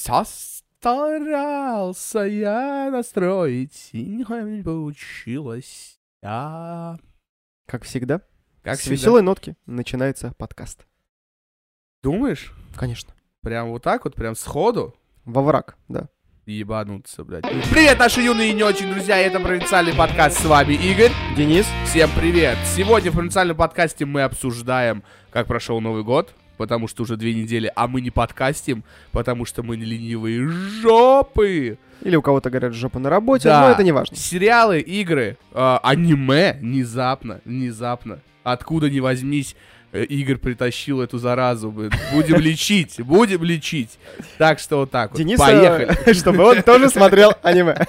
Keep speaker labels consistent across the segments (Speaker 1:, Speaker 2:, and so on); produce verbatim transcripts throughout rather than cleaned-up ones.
Speaker 1: Состарался я настроить, и не получилось. А...
Speaker 2: Как всегда,
Speaker 1: Как
Speaker 2: с
Speaker 1: всегда.
Speaker 2: веселой нотки начинается подкаст.
Speaker 1: Думаешь?
Speaker 2: Конечно.
Speaker 1: Прям вот так вот, прям сходу?
Speaker 2: Во враг, да.
Speaker 1: Ебануться, блядь. Привет, наши юные и не очень друзья, это провинциальный подкаст, с вами Игорь.
Speaker 2: Денис.
Speaker 1: Всем привет. Сегодня в провинциальном подкасте мы обсуждаем, как прошел Новый год, потому что уже две недели, а мы не подкастим, потому что мы не ленивые жопы.
Speaker 2: Или у кого-то говорят жопа на работе,
Speaker 1: Да.
Speaker 2: но это не важно.
Speaker 1: Сериалы, игры, э, аниме, внезапно, внезапно, откуда ни возьмись, э, Игорь притащил эту заразу. блин. Будем лечить, будем лечить. Так что вот так вот.
Speaker 2: Денис,
Speaker 1: Поехали.
Speaker 2: чтобы он тоже смотрел аниме.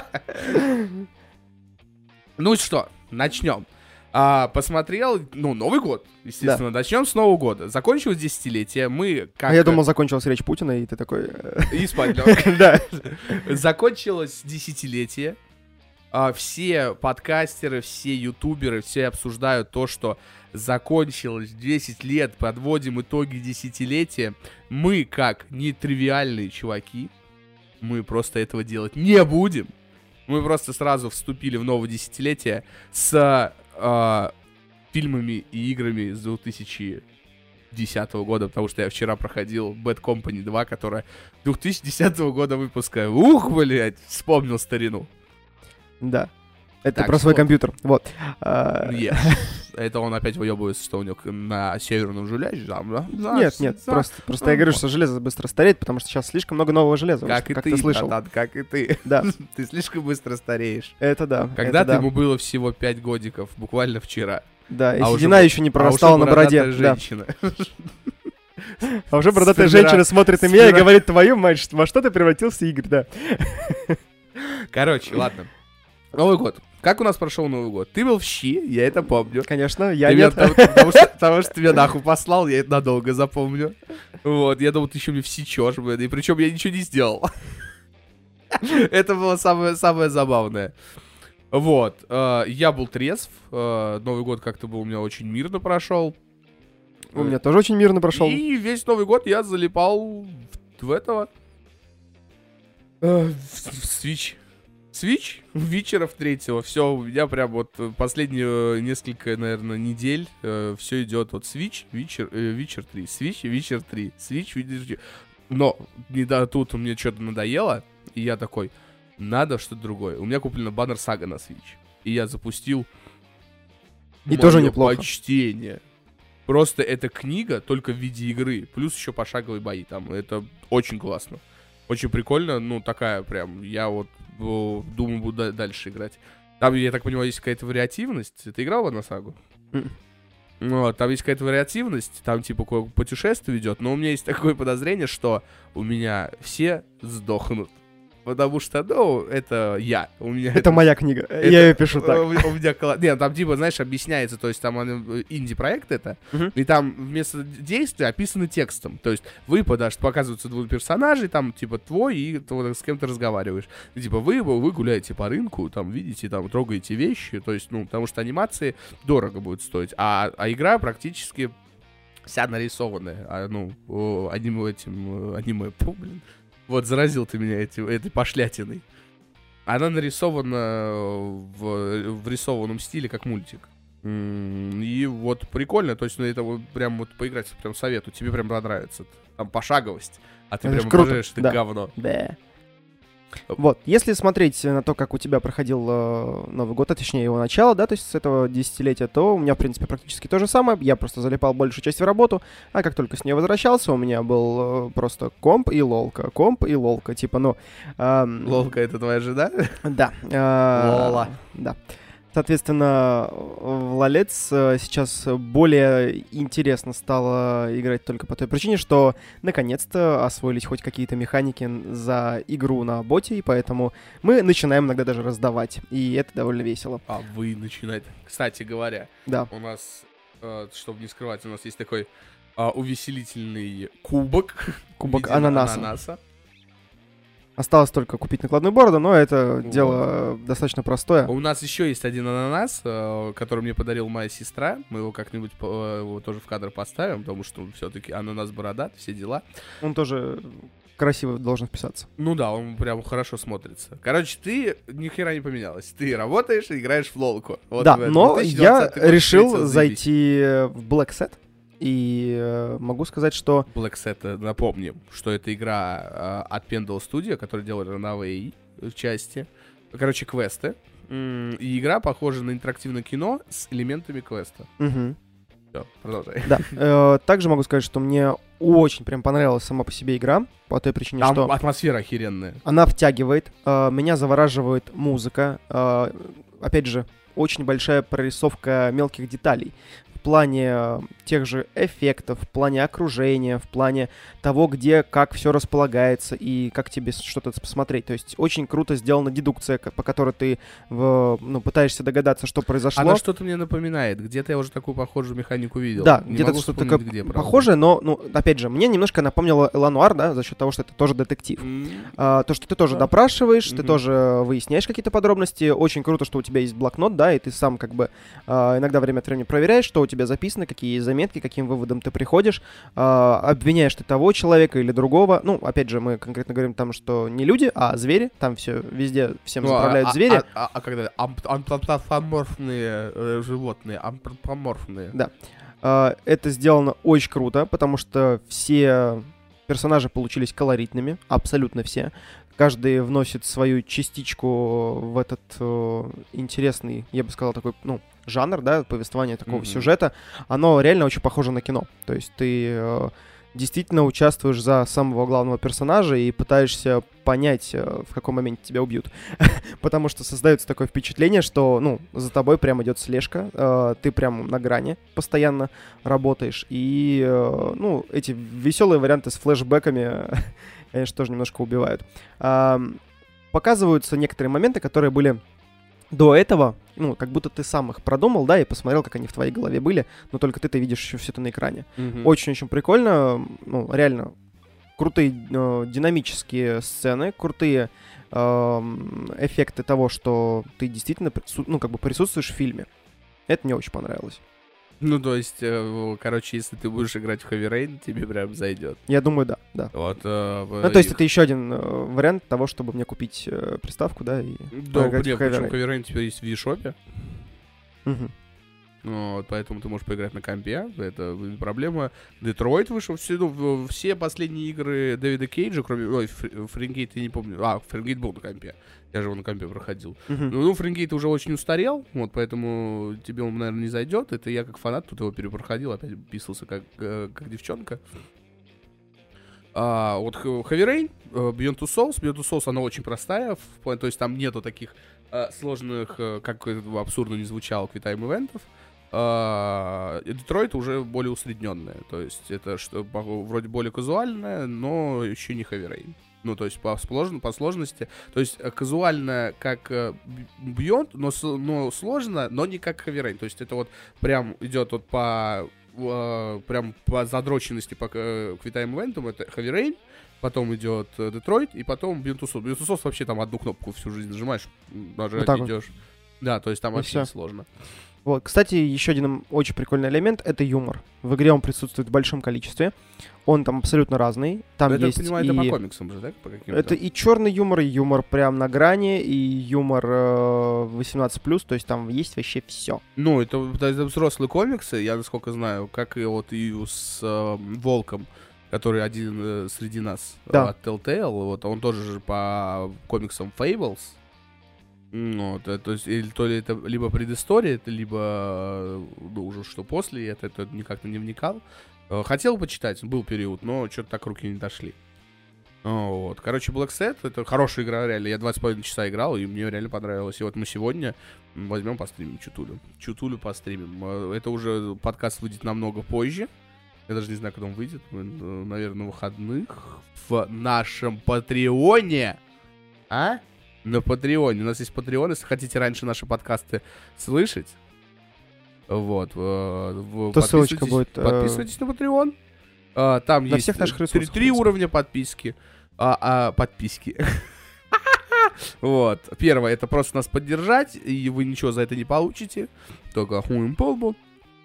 Speaker 1: Ну что, начнем. А, посмотрел, ну, Новый год, естественно. Начнем с Нового года. Закончилось десятилетие. Мы как...
Speaker 2: А я думал, закончилась речь Путина, и ты такой... э,
Speaker 1: И спать лёг.
Speaker 2: Да.
Speaker 1: Закончилось десятилетие. А, все подкастеры, все ютуберы, все обсуждают то, что закончилось десять лет, подводим итоги десятилетия. Мы, как нетривиальные чуваки, мы просто этого делать не будем. Мы просто сразу вступили в новое десятилетие с э, фильмами и играми с две тысячи десятого года, потому что я вчера проходил Bad Company два, которая две тысячи десятого года выпуска. Ух, блядь, вспомнил старину.
Speaker 2: Да. Это
Speaker 1: Так,
Speaker 2: про свой
Speaker 1: вот.
Speaker 2: компьютер. Вот. А,
Speaker 1: Yes. Это он опять выебывается, что у него на северном железе. Там, да? Да,
Speaker 2: Нет, нет,
Speaker 1: да.
Speaker 2: просто, просто я говорю, что железо быстро стареет, потому что сейчас слишком много нового железа.
Speaker 1: Как и
Speaker 2: как
Speaker 1: ты,
Speaker 2: ты слышал.
Speaker 1: братан, как и ты.
Speaker 2: Да,
Speaker 1: Ты слишком быстро стареешь.
Speaker 2: это да.
Speaker 1: Когда
Speaker 2: это да.
Speaker 1: ему было всего пять годиков, буквально вчера.
Speaker 2: Да, и
Speaker 1: А уже
Speaker 2: седина
Speaker 1: б-
Speaker 2: еще не
Speaker 1: а
Speaker 2: прорастала
Speaker 1: уже
Speaker 2: на бороде.
Speaker 1: бородатая
Speaker 2: Да.
Speaker 1: женщина.
Speaker 2: А уже бородатая
Speaker 1: Спира-
Speaker 2: женщина смотрит на меня и
Speaker 1: спира-
Speaker 2: говорит: твою мать, что- во что ты превратился, Игорь, да.
Speaker 1: Короче, ладно. Новый год. Как у нас прошел Новый год? Ты был в щи, я это помню.
Speaker 2: Конечно, я
Speaker 1: Ты меня-
Speaker 2: нет.
Speaker 1: потому, потому что, потому что ты меня нахуй послал, я это надолго запомню. Вот, я думал, ты еще мне всечешь, блин, и причем я ничего не сделал. Это было самое, самое забавное. Вот, э, я был трезв, э, Новый год как-то был у меня очень мирно прошел.
Speaker 2: У меня тоже очень мирно прошел.
Speaker 1: И весь Новый год я залипал в, в этого... э, в, в Switch. Switch? Вечеров третьего. Все, у меня прям вот последние несколько, наверное, недель э, все идет вот Switch, вечер, э, вечер три, Switch, вечер три, Switch, вечер три. Но не до, тут мне что-то надоело, и я такой, надо что-то другое. У меня куплена Banner Saga на Switch. И я запустил...
Speaker 2: И тоже
Speaker 1: моё
Speaker 2: неплохо.
Speaker 1: почтение. Просто это книга, только в виде игры. Плюс еще пошаговые бои там. Это очень классно. Очень прикольно. Ну, такая прям... Я вот о, думаю, буду да- дальше играть. Там, я так понимаю, есть какая-то вариативность. Ты играл в Banner Saga?
Speaker 2: Мгм.
Speaker 1: Ну, там есть какая-то вариативность. Там, типа, какое путешествие идет. Но у меня есть такое подозрение, что у меня все сдохнут. Потому что, ну, это я. У меня
Speaker 2: Это моя книга.
Speaker 1: это-
Speaker 2: Я ее пишу так.
Speaker 1: У, у меня кла- Нет, там типа, знаешь, объясняется, то есть там он, э, инди-проект это,
Speaker 2: Мгм.
Speaker 1: и там вместо действия описано текстом. То есть выпадашь, показываются двое персонажей, там типа твой, и ты вот с кем ты разговариваешь. И, типа вы, вы гуляете по рынку, там видите, там трогаете вещи, то есть, ну, потому что анимации дорого будет стоить, а, а игра практически вся нарисованная, а, ну, о, аниме этим, э, аниме, фу, блин. Вот, заразил ты меня этим, этой пошлятиной. Она нарисована в, в рисованном стиле, как мультик. М, И вот прикольно, то есть, ну, это вот прям вот поиграть, прям советую, тебе прям понравится. Там пошаговость, а ты
Speaker 2: Это
Speaker 1: прям
Speaker 2: ж круто,
Speaker 1: обожаешь это
Speaker 2: да.
Speaker 1: говно.
Speaker 2: Да. Вот, если смотреть на то, как у тебя проходил э, Новый год, а точнее его начало, да, то есть с этого десятилетия, то у меня, в принципе, практически то же самое. Я просто залипал большую часть в работу, а как только с нее возвращался, у меня был э, просто комп и лолка, комп и лолка, типа, ну... эм,
Speaker 1: Лолка, это твоя жена?
Speaker 2: Да. э,
Speaker 1: Лола.
Speaker 2: Да. Соответственно, в Лолец э, сейчас более интересно стало играть только по той причине, что наконец-то освоились хоть какие-то механики за игру на боте, и поэтому мы начинаем иногда даже раздавать, и это довольно весело.
Speaker 1: А вы начинаете. Кстати говоря,
Speaker 2: Да.
Speaker 1: у нас, э, чтобы не скрывать, у нас есть такой а, увеселительный кубок.
Speaker 2: Кубок
Speaker 1: в виде
Speaker 2: ананаса.
Speaker 1: ананаса.
Speaker 2: Осталось только купить накладную бороду, но это
Speaker 1: Вот.
Speaker 2: дело достаточно простое.
Speaker 1: У нас еще есть один ананас, э, который мне подарила моя сестра. Мы его как-нибудь по- его тоже в кадр поставим, потому что все-таки ананас бородат, все дела.
Speaker 2: Он тоже красиво должен вписаться.
Speaker 1: Ну да, он прям хорошо смотрится. Короче, ты ни хера не поменялась. Ты работаешь и играешь в лолку. Вот
Speaker 2: да,
Speaker 1: в
Speaker 2: но я решил
Speaker 1: заебись.
Speaker 2: зайти в Black Set. И э, могу сказать, что...
Speaker 1: Black Set, напомним, что это игра э, от Pendle Studio, которая делает Runaway части. Короче, квесты. И игра похожа на интерактивное кино с элементами квеста.
Speaker 2: Угу.
Speaker 1: Все, продолжай.
Speaker 2: Да. Э, также могу сказать, что мне очень прям понравилась сама по себе игра, по той причине,
Speaker 1: Там
Speaker 2: что...
Speaker 1: атмосфера охеренная.
Speaker 2: Она втягивает, э, меня завораживает музыка. Э, опять же, очень большая прорисовка мелких деталей. В плане тех же эффектов, в плане окружения, в плане того, где, как все располагается и как тебе что-то посмотреть. То есть очень круто сделана дедукция, по которой ты в, ну, пытаешься догадаться, что произошло.
Speaker 1: Она что-то мне напоминает. Где-то я уже такую похожую механику видел.
Speaker 2: Да,
Speaker 1: Не
Speaker 2: где-то что-то такое где, похожее, но, ну, опять же, мне немножко напомнило Элануар, да, за счет того, что это тоже детектив. Mm. А, то, что ты тоже да. допрашиваешь, mm-hmm. ты тоже выясняешь какие-то подробности. Очень круто, что у тебя есть блокнот, да, и ты сам как бы а, иногда время от времени проверяешь, что у тебя записано, какие есть заметки, каким выводом ты приходишь, а, обвиняешь ты того человека или другого. Ну, опять же, мы конкретно говорим там, что не люди, а звери. Там все везде всем ну, заправляют
Speaker 1: а,
Speaker 2: звери.
Speaker 1: А, а, а когда антропоморфные э, животные, антропоморфные.
Speaker 2: Да. А, это сделано очень круто, потому что все персонажи получились колоритными, абсолютно все. Каждый вносит свою частичку в этот э, интересный, я бы сказал, такой, ну, жанр, да, повествования такого mm-hmm. сюжета. Оно реально очень похоже на кино. То есть ты э, действительно участвуешь за самого главного персонажа и пытаешься понять, э, в каком моменте тебя убьют. Потому что создается такое впечатление, что, ну, за тобой прям идет слежка, э, ты прям на грани постоянно работаешь. И, э, ну, эти веселые варианты с флешбэками... конечно, тоже немножко убивают. А, показываются некоторые моменты, которые были до этого, ну, как будто ты сам их продумал, да, и посмотрел, как они в твоей голове были, но только ты-то видишь еще все это на экране. Mm-hmm. Очень-очень прикольно, ну, реально крутые э, динамические сцены, крутые э, эффекты того, что ты действительно, ну, как бы присутствуешь в фильме. Это мне очень понравилось.
Speaker 1: Ну, то есть, э, короче, если ты будешь играть в Heavy Rain, тебе прям зайдет.
Speaker 2: Я думаю, да, да.
Speaker 1: Вот, э,
Speaker 2: ну, то есть, это еще один э, вариант того, чтобы мне купить э, приставку, да, и
Speaker 1: да, нет, в причем Heavy Rain теперь есть в eShop.
Speaker 2: Угу.
Speaker 1: Вот, поэтому ты можешь поиграть на компе, это не проблема. Детройт вышел, все, ну, все последние игры Дэвида Кейджа, кроме... Ой, Фаренгейт я не помню. А, Фаренгейт был на компе. Я же его на компе проходил. Uh-huh. Ну, ну, Фаренгейт уже очень устарел, вот, поэтому тебе он, наверное, не зайдет. Это я как фанат тут его перепроходил, опять писался как, как девчонка. А, вот Heavy Rain, Beyond Two Souls. Beyond Two Souls, она очень простая, в, то есть там нету таких а, сложных, как это абсурдно не звучало, квитайм-ивентов. Детройт uh, уже более усредненная. То есть это что вроде более казуальное, но еще не Heavy Rain. Ну, то есть по, сложно, по сложности. То есть казуально как Beyond, но, но сложно, но не как Heavy Rain. То есть это вот прям идет вот по uh, прям по задроченности по квитайм-ивентам. Это Heavy Rain. Потом идет Детройт, и потом Beyond Two Souls. Beyond Two Souls вообще там одну кнопку всю жизнь нажимаешь, нажать вот идешь. Вот. Да, то есть там и вообще все. Сложно.
Speaker 2: Вот, кстати, еще один очень прикольный элемент — это юмор. В игре он присутствует в большом количестве. Он там абсолютно разный. Там
Speaker 1: но
Speaker 2: есть
Speaker 1: это, понимаю,
Speaker 2: и...
Speaker 1: это по комиксам же, да? По
Speaker 2: это и черный юмор, и юмор прям на грани, и юмор э, восемнадцать плюс, то есть там есть вообще все.
Speaker 1: Ну, это, это взрослые комиксы, я насколько знаю, как и вот и с э, Волком, который один э, среди нас да. от Telltale, вот, он тоже же по комиксам Fables. Ну, то, то есть, или, то ли это либо предыстория, это либо, ну, уже что после, это, это никак не вникал. Хотел почитать, был период, но что-то так руки не дошли. Вот. Короче, Black Set — это хорошая игра, реально. Я два с половиной часа играл, и мне реально понравилось. И вот мы сегодня возьмем, постримим Чутулю. Чутулю постримим. Это уже подкаст выйдет намного позже. Я даже не знаю, когда он выйдет. Наверное, на выходных. В нашем Патреоне. А? На Патреоне. У нас есть Патреон, если хотите раньше наши подкасты слышать. Вот. То
Speaker 2: ссылочка будет.
Speaker 1: Подписывайтесь на Патреон. Там
Speaker 2: на
Speaker 1: есть
Speaker 2: всех наших ресурсах,
Speaker 1: три уровня подписки. А, а, подписки. Вот. Первое, это просто нас поддержать, и вы ничего за это не получите. Только хуем полбу.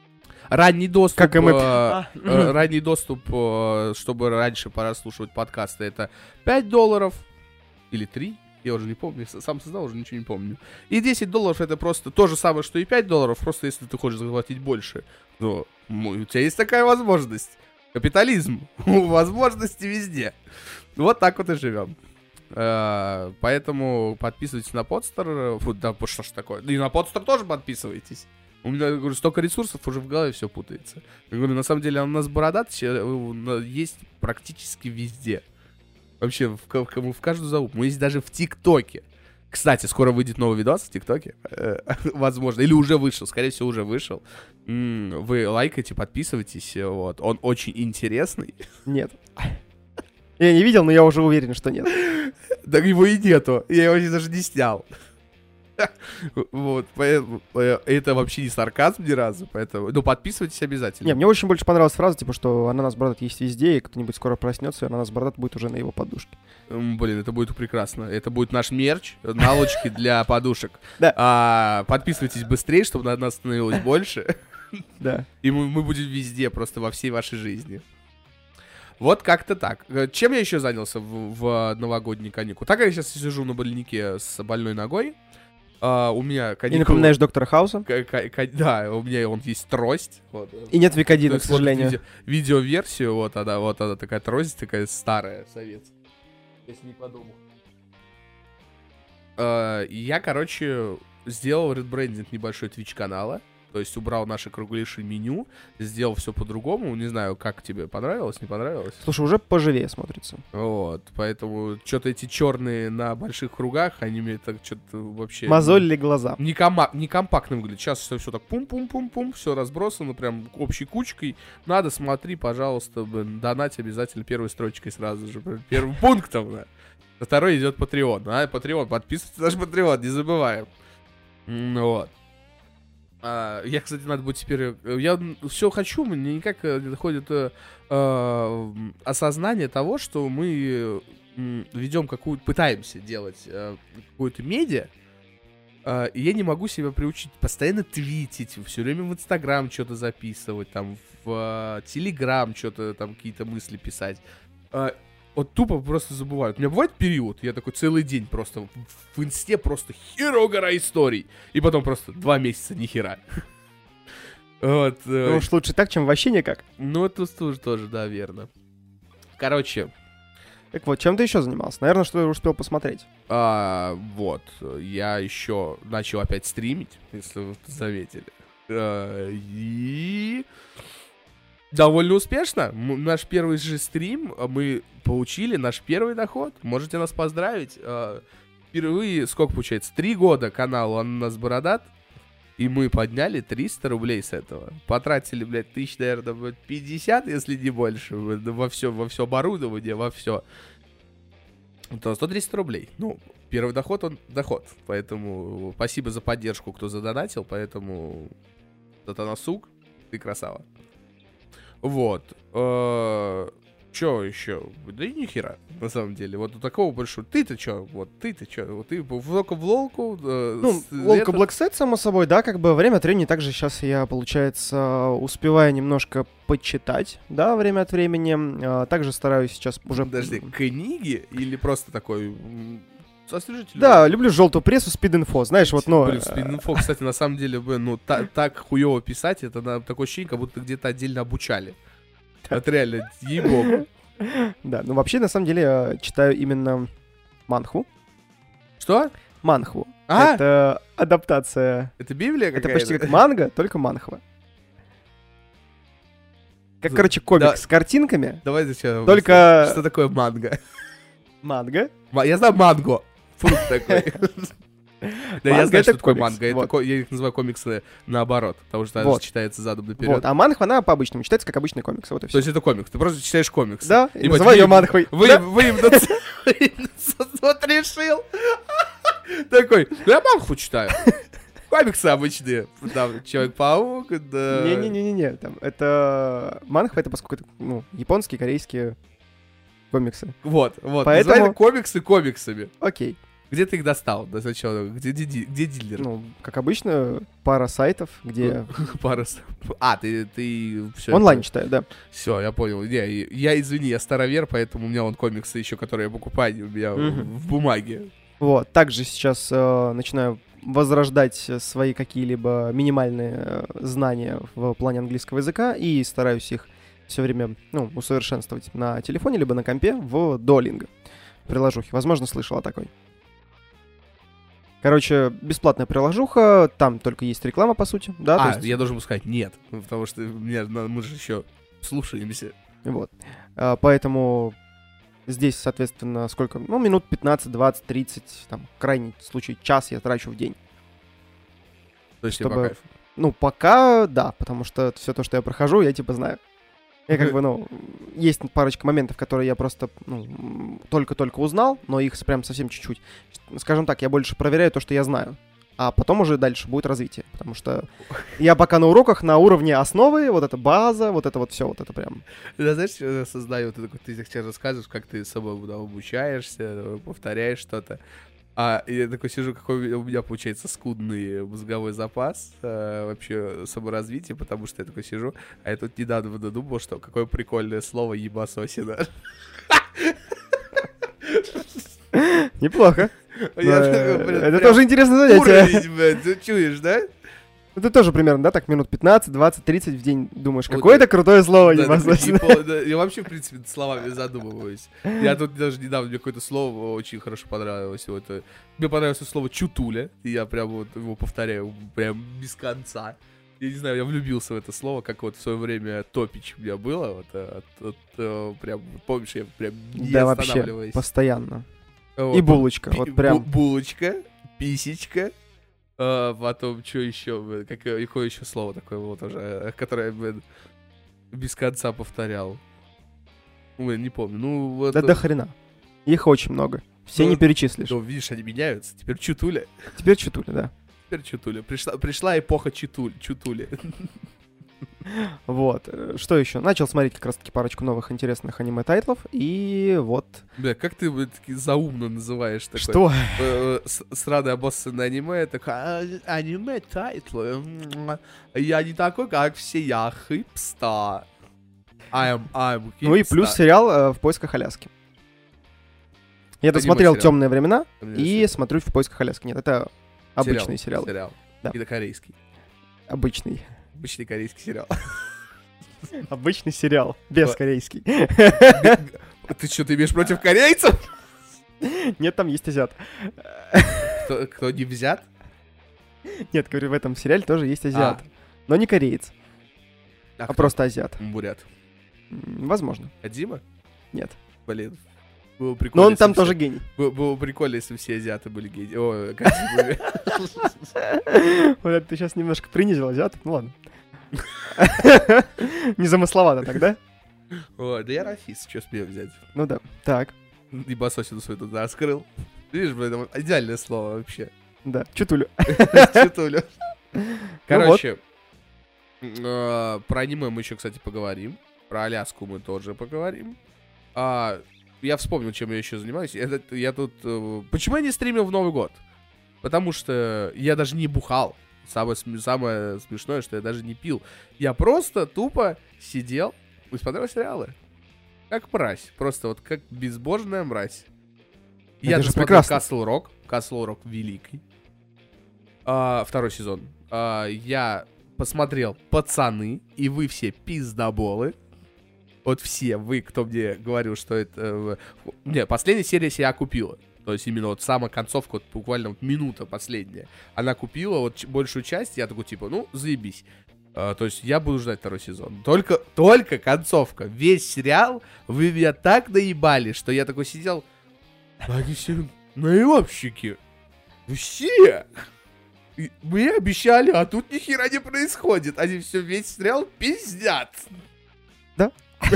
Speaker 1: ранний доступ,
Speaker 2: Как и мы.
Speaker 1: э,
Speaker 2: А.
Speaker 1: э, ранний доступ, э, чтобы раньше прослушивать подкасты, это пять долларов или три, я уже не помню, с- сам создал, уже ничего не помню. И десять долларов это просто то же самое, что и пять долларов, просто если ты хочешь заплатить больше, то м, у тебя есть такая возможность. Капитализм. Возможности везде. Вот так вот и живем. Э, Поэтому подписывайтесь на Podster. Фу, да, что ж такое. И на Podster тоже подписывайтесь. У меня, говорю, столько ресурсов, уже в голове все путается. Я говорю, на самом деле, у нас бородатый есть практически везде. Вообще, в, ка- в, в каждую залупу. Мы есть даже в ТикТоке. Кстати, скоро выйдет новый видос в ТикТоке. Э, Возможно. Или уже вышел. Скорее всего, уже вышел. М, Вы лайкайте, подписывайтесь. Вот. Он очень интересный.
Speaker 2: Нет. Я не видел, но я уже уверен, что нет.
Speaker 1: Да его и нету. Я его даже не снял. Вот, поэтому э, это вообще не сарказм ни разу, поэтому, ну, подписывайтесь
Speaker 2: Не,
Speaker 1: обязательно.
Speaker 2: мне очень больше понравилась фраза, типа, что ананас бородат есть везде, и кто-нибудь скоро проснется, и ананас бородат будет уже на его подушке.
Speaker 1: М, Блин, это будет прекрасно. Это будет наш мерч, налочки для подушек.
Speaker 2: Да.
Speaker 1: А, подписывайтесь быстрее, чтобы на нас становилось больше.
Speaker 2: Да.
Speaker 1: И мы, мы будем везде, просто во всей вашей жизни. Вот как-то так. Э, Чем я еще занялся в, в новогодние каникулы? Так я сейчас сижу на больнике с больной ногой. А, у меня
Speaker 2: И
Speaker 1: каникулы...
Speaker 2: напоминаешь доктора Хауса.
Speaker 1: К- к- к- Да, у меня он есть трость. Вот.
Speaker 2: И нет
Speaker 1: То
Speaker 2: Викодина, к
Speaker 1: есть вот
Speaker 2: сожалению.
Speaker 1: видео- видеоверсию, вот она, вот она такая трость, такая старая, советская. Если не подумал. Э, Я, короче, сделал редбрендинг небольшой Twitch канала. То есть убрал наше круглейшее меню, сделал все по-другому. Не знаю, как тебе понравилось, не понравилось.
Speaker 2: Слушай, уже поживее смотрится.
Speaker 1: Вот, поэтому что-то эти черные на больших кругах, они мне так что-то вообще...
Speaker 2: Мозолили глаза.
Speaker 1: Не, кома- не компактно выглядит. Сейчас все, все так пум-пум-пум-пум, все разбросано, прям общей кучкой. Надо, смотри, пожалуйста, блин, донать обязательно первой строчкой сразу же, блин, первым пунктом. Да. На второй идет Patreon. А, Patreon, подписывайтесь на наш Patreon, не забываем. М, Вот. А, я, кстати, надо будет теперь... Я все хочу, мне никак э, не доходит э, э, осознание того, что мы м, ведем какую-то... Пытаемся делать э, какую-то медиа, э, и я не могу себя приучить постоянно твитить, все время в Инстаграм что-то записывать, там, в Телеграм что-то, там, какие-то мысли писать. Э, Вот тупо просто забывают. У меня бывает период, я такой целый день просто в, в инсте просто херо гора историй. И потом просто два месяца ни хера. Вот.
Speaker 2: Ну
Speaker 1: э,
Speaker 2: уж лучше так, чем вообще никак.
Speaker 1: Ну, это тоже, тоже, да, верно. Короче,
Speaker 2: Так вот, чем ты еще занимался? Наверное, что ты успел посмотреть.
Speaker 1: а, вот, я еще начал опять стримить, если вы заметили. А, и... Довольно успешно. М- Наш первый же стрим, а, мы получили наш первый доход. Можете нас поздравить. А, Впервые, сколько получается? Три года каналу «Ананас Бородат». И мы подняли триста рублей с этого. Потратили, блядь, тысяч, наверное, блядь, пятьдесят, если не больше. блядь, Во все, во все оборудование, во все. То сто тридцать рублей. Ну, первый доход, он доход. Поэтому спасибо за поддержку, кто задонатил. Поэтому, Сатанасук, ты красава. Вот. Че еще? Да и нихера, на самом деле. Вот у такого большого. Ты-то че? Вот ты-то че? Вот ты только в лолку. э,
Speaker 2: Ну,
Speaker 1: с-
Speaker 2: Лолка
Speaker 1: это-
Speaker 2: Блэксет, само собой, да, как бы время от времени. Также сейчас я, получается, успеваю немножко почитать, да, время от времени. А, Также стараюсь сейчас уже...
Speaker 1: Подожди, книги или просто такой... м, освежитель?
Speaker 2: Да, люблю желтую прессу, спид-инфо, знаешь, вот, ну...
Speaker 1: Блин, спид-инфо, кстати, на самом деле, блин, ну, та- так хуёво писать, это на, такое ощущение, как будто где-то отдельно обучали. Это реально, ей-богу.
Speaker 2: Да, ну вообще, на самом деле, я читаю именно манхву.
Speaker 1: Что?
Speaker 2: Манхву.
Speaker 1: А?
Speaker 2: Это адаптация.
Speaker 1: Это Библия
Speaker 2: Это
Speaker 1: какая-то?
Speaker 2: почти как манга, только манхва. Как,
Speaker 1: За-
Speaker 2: короче, комикс
Speaker 1: да.
Speaker 2: с картинками,
Speaker 1: Давай зачем?
Speaker 2: Только-
Speaker 1: Что такое манго?
Speaker 2: манга.
Speaker 1: Ма- Я знаю манго. Фрукт такой. Да, я
Speaker 2: Манго
Speaker 1: знаю,
Speaker 2: это
Speaker 1: что такое
Speaker 2: комикс,
Speaker 1: манго. Это
Speaker 2: вот.
Speaker 1: ко- Я их называю комиксы наоборот, потому что
Speaker 2: Вот.
Speaker 1: это читается задом
Speaker 2: Вот,
Speaker 1: наперед.
Speaker 2: а манхва, она по-обычному читается как обычный комикс, вот и
Speaker 1: То
Speaker 2: все.
Speaker 1: есть это комикс, ты просто читаешь комикс.
Speaker 2: Да, и
Speaker 1: Ебать,
Speaker 2: называю ее
Speaker 1: вы-
Speaker 2: манхвой.
Speaker 1: Вы,
Speaker 2: Да.
Speaker 1: вы им вот решил. Такой, ну я манхву читаю. Комиксы обычные. Там Человек-паук, да.
Speaker 2: Не-не-не-не, там, это... Манхва, это поскольку это, ну, японские, корейские комиксы.
Speaker 1: Вот, вот.
Speaker 2: Поэтому-
Speaker 1: Называй это комиксы комиксами.
Speaker 2: Окей.
Speaker 1: Где ты их достал? Да, сначала, где, где, где дилер?
Speaker 2: Ну, как обычно, пара сайтов, где...
Speaker 1: Пара... А, ты... ты всё
Speaker 2: онлайн
Speaker 1: это...
Speaker 2: читаю, да.
Speaker 1: Все, я понял. Не, я, извини, я старовер, поэтому у меня вон комиксы еще, которые я покупаю, у меня
Speaker 2: Мгм.
Speaker 1: в бумаге.
Speaker 2: Вот, также сейчас э, начинаю возрождать свои какие-либо минимальные э, знания в плане английского языка и стараюсь их все время, ну, усовершенствовать на телефоне либо на компе в Duolingo приложухе. Возможно, слышал о такой. Короче, бесплатная приложуха, там только есть реклама, по сути, да?
Speaker 1: А,
Speaker 2: то есть...
Speaker 1: я должен был сказать нет, потому что мне, мы же еще слушаемся.
Speaker 2: Вот. А, поэтому здесь, соответственно, сколько? Ну, минут пятнадцать, двадцать, тридцать, там, крайний случай, час я трачу в день.
Speaker 1: То есть
Speaker 2: Чтобы-
Speaker 1: тебе по кайфу.
Speaker 2: Ну, пока, да, потому что все то, что я прохожу, я типа знаю. Я как бы, ну, есть парочка моментов, которые я просто, ну, м, только-только узнал, но их прям совсем чуть-чуть. Скажем так, я больше проверяю то, что я знаю. А потом уже дальше будет развитие. Потому что я пока на уроках на уровне основы, вот эта база, вот это вот все, вот это прям.
Speaker 1: Да, знаешь, что я создаю? Ты, такой, ты сейчас рассказываешь, как ты с собой да, обучаешься, повторяешь что-то. А я такой сижу, какой у меня получается скудный мозговой запас, э, вообще саморазвитие, потому что я такой сижу, а я тут недавно додумал, что какое прикольное слово ебасосина.
Speaker 2: Неплохо.
Speaker 1: Я
Speaker 2: Да,
Speaker 1: такой, блин,
Speaker 2: Это
Speaker 1: прям
Speaker 2: тоже интересное занятие.
Speaker 1: уровень, блин, ты чуешь, да?
Speaker 2: Ты тоже примерно, да, так минут пятнадцать, двадцать, тридцать в день думаешь,
Speaker 1: Вот
Speaker 2: какое это крутое слово,
Speaker 1: Да, такой,
Speaker 2: ебасосина.
Speaker 1: типа, да, я вообще, в принципе, над словами задумываюсь. Я тут даже недавно, мне какое-то слово очень хорошо понравилось. Вот, э, мне понравилось слово «чутуля», и я прям вот его повторяю прям без конца. Я не знаю, я влюбился в это слово, как вот в свое время Топич у меня было. Вот, э, от- от, э, прям, помнишь, я прям не
Speaker 2: Да, вообще,
Speaker 1: останавливаясь.
Speaker 2: постоянно.
Speaker 1: Вот,
Speaker 2: И булочка,
Speaker 1: пи-
Speaker 2: вот
Speaker 1: бу-
Speaker 2: прям.
Speaker 1: Булочка, писечка. А, потом, что еще? Какое, какое еще слово такое вот уже, э, которое я блин, без конца повторял? Блин, не помню. Ну, вот...
Speaker 2: Да до хрена. Их очень много. Все
Speaker 1: Ну,
Speaker 2: не перечислишь.
Speaker 1: Ну, видишь, они меняются. Теперь чутуля.
Speaker 2: Теперь чутули, да.
Speaker 1: Теперь чутуля. Пришла, пришла эпоха чутуль, чутули.
Speaker 2: Вот. э, Что еще? Начал смотреть как раз-таки парочку новых интересных аниме-тайтлов. И вот.
Speaker 1: Бля, как ты блин, таки заумно называешь такое?
Speaker 2: Что?
Speaker 1: Э, с- Сраное обоссанное аниме, такое, «А, аниме тайтлы. м, Я не такой, как все, я хипста. I'm, I'm
Speaker 2: Ну и плюс
Speaker 1: hipster».
Speaker 2: сериал э, «В поисках Аляски». Я
Speaker 1: Это
Speaker 2: досмотрел
Speaker 1: аниме-сериал.
Speaker 2: «Темные времена» и
Speaker 1: Сериал.
Speaker 2: смотрю «В поисках Аляски». Нет, это обычный сериал.
Speaker 1: Сериал.
Speaker 2: Да.
Speaker 1: Это корейский.
Speaker 2: Обычный.
Speaker 1: Обычный корейский сериал.
Speaker 2: Обычный сериал. Без
Speaker 1: Вот.
Speaker 2: корейский.
Speaker 1: Ты что, ты имеешь против корейцев?
Speaker 2: Нет, там есть азиат.
Speaker 1: Кто, кто не взят?
Speaker 2: Нет, говорю, в этом сериале тоже есть азиат. Но не кореец,
Speaker 1: А,
Speaker 2: а
Speaker 1: кто?
Speaker 2: просто азиат.
Speaker 1: Бурят.
Speaker 2: М, Возможно.
Speaker 1: А Дима?
Speaker 2: Нет.
Speaker 1: Блин. Было прикольно,
Speaker 2: Но он
Speaker 1: если
Speaker 2: там
Speaker 1: все-
Speaker 2: тоже гений.
Speaker 1: Было, было прикольно, если все азиаты были геи. О, как были.
Speaker 2: Вот это ты сейчас немножко принизил азиатов, ну ладно. Незамысловато тогда?
Speaker 1: Ой, да я рафист, что с меня взять?
Speaker 2: Ну да. Так,
Speaker 1: И басосину свою тут раскрыл. Видишь, блин, это идеальное слово вообще.
Speaker 2: да. Чутулю.
Speaker 1: Чутулю.
Speaker 2: Ну
Speaker 1: Короче, э, про аниме мы еще, кстати, поговорим. Про Аляску мы тоже поговорим. А, я вспомнил, чем я еще занимаюсь. Это, я тут... э, Почему я не стримил в Новый год? Потому что я даже не бухал. Самое, см- самое смешное, что я даже не пил. Я просто тупо сидел и смотрел сериалы. Как мразь. Просто вот как безбожная мразь. Я
Speaker 2: Это же
Speaker 1: досмотрел
Speaker 2: прекрасно.
Speaker 1: Castle Rock. Castle Rock великий. А, второй сезон. А, я посмотрел «Пацаны», и вы все пиздоболы. Вот все вы, кто мне говорил, что это... э, Не, последняя серия себя купила. То есть именно вот самая концовка, вот буквально вот минута последняя. Она купила вот ч- большую часть, я такой типа, ну, заебись. А, то есть я буду ждать второй сезон. Только, только концовка. Весь сериал вы меня так наебали, что я такой сидел... Они все наебщики. Все. И мы обещали, а тут ни хера не происходит. Они все весь сериал пиздят.
Speaker 2: Да?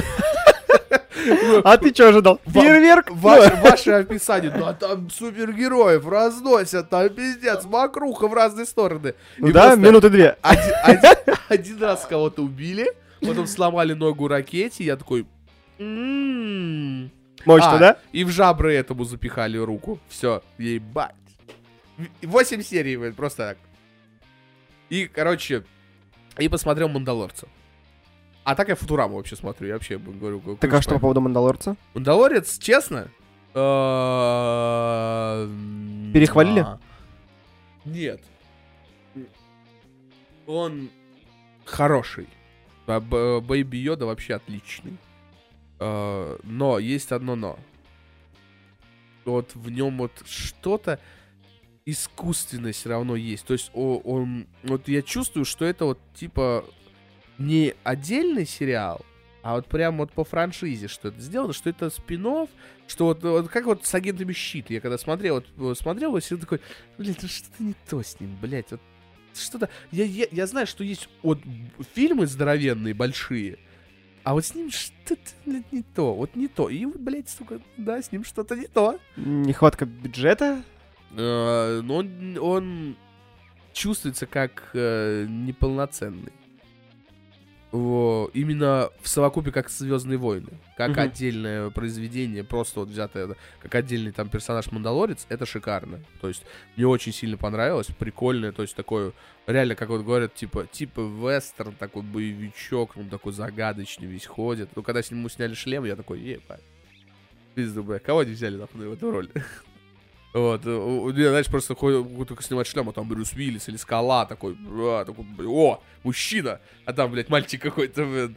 Speaker 1: Ну,
Speaker 2: А ты что ожидал?
Speaker 1: Ва-
Speaker 2: Фейерверк?
Speaker 1: Ваше, ваше описание, да там супергероев разносят, там пиздец, мокруха в разные стороны.
Speaker 2: Ну
Speaker 1: И
Speaker 2: да,
Speaker 1: просто
Speaker 2: минуты две.
Speaker 1: Один, один- один раз кого-то убили, потом сломали ногу ракете, я такой... «М-м-м,
Speaker 2: Мощно,
Speaker 1: А,
Speaker 2: да?
Speaker 1: И в жабры этому запихали руку. Все, ебать. Восемь серий, блин, просто так. И, короче, и посмотрел «Мандалорца». А так я «Футураму» вообще смотрю, я вообще говорю...
Speaker 2: Так а что по поводу «Мандалорца»?
Speaker 1: «Мандалорец», честно?
Speaker 2: Перехвалили?
Speaker 1: А, Нет. Он хороший. А Б- Бэйби Йода вообще отличный. А, Но есть одно но. Вот в нем вот что-то искусственное все равно есть. То есть о- он... Вот я чувствую, что это вот типа не отдельный сериал, а вот прям вот по франшизе, что это сделано, что это спин-офф, что вот, вот как вот с агентами щит. Я когда смотрел, вот смотрел, вот всегда такой, блядь, ну что-то не то с ним, блядь, вот что-то... Я, я, я знаю, что есть вот фильмы здоровенные, большие, а вот с ним что-то, блядь, не то, вот не то. И, блядь, сука, да, с ним что-то не то.
Speaker 2: Нехватка бюджета?
Speaker 1: Э, Но он, он чувствуется как э, неполноценный. Во, именно в совокупе как «Звездные войны», как
Speaker 2: Мгм.
Speaker 1: отдельное произведение, просто вот взятое, как отдельный там персонаж Мандалорец, это шикарно. То есть мне очень сильно понравилось, прикольное, то есть такое, реально, как вот говорят, типа, типа вестерн, такой боевичок, он такой загадочный весь ходит. Ну, когда с нему сняли шлем, я такой, ебать, пизду, бля, кого они взяли, нахуй, в эту роль? Вот, у- у меня, знаешь, просто ходит, только снимать шлем, а там Брюс Уиллис или Скала такой, а, такой, о, мужчина, а там, блядь, мальчик какой-то, блядь.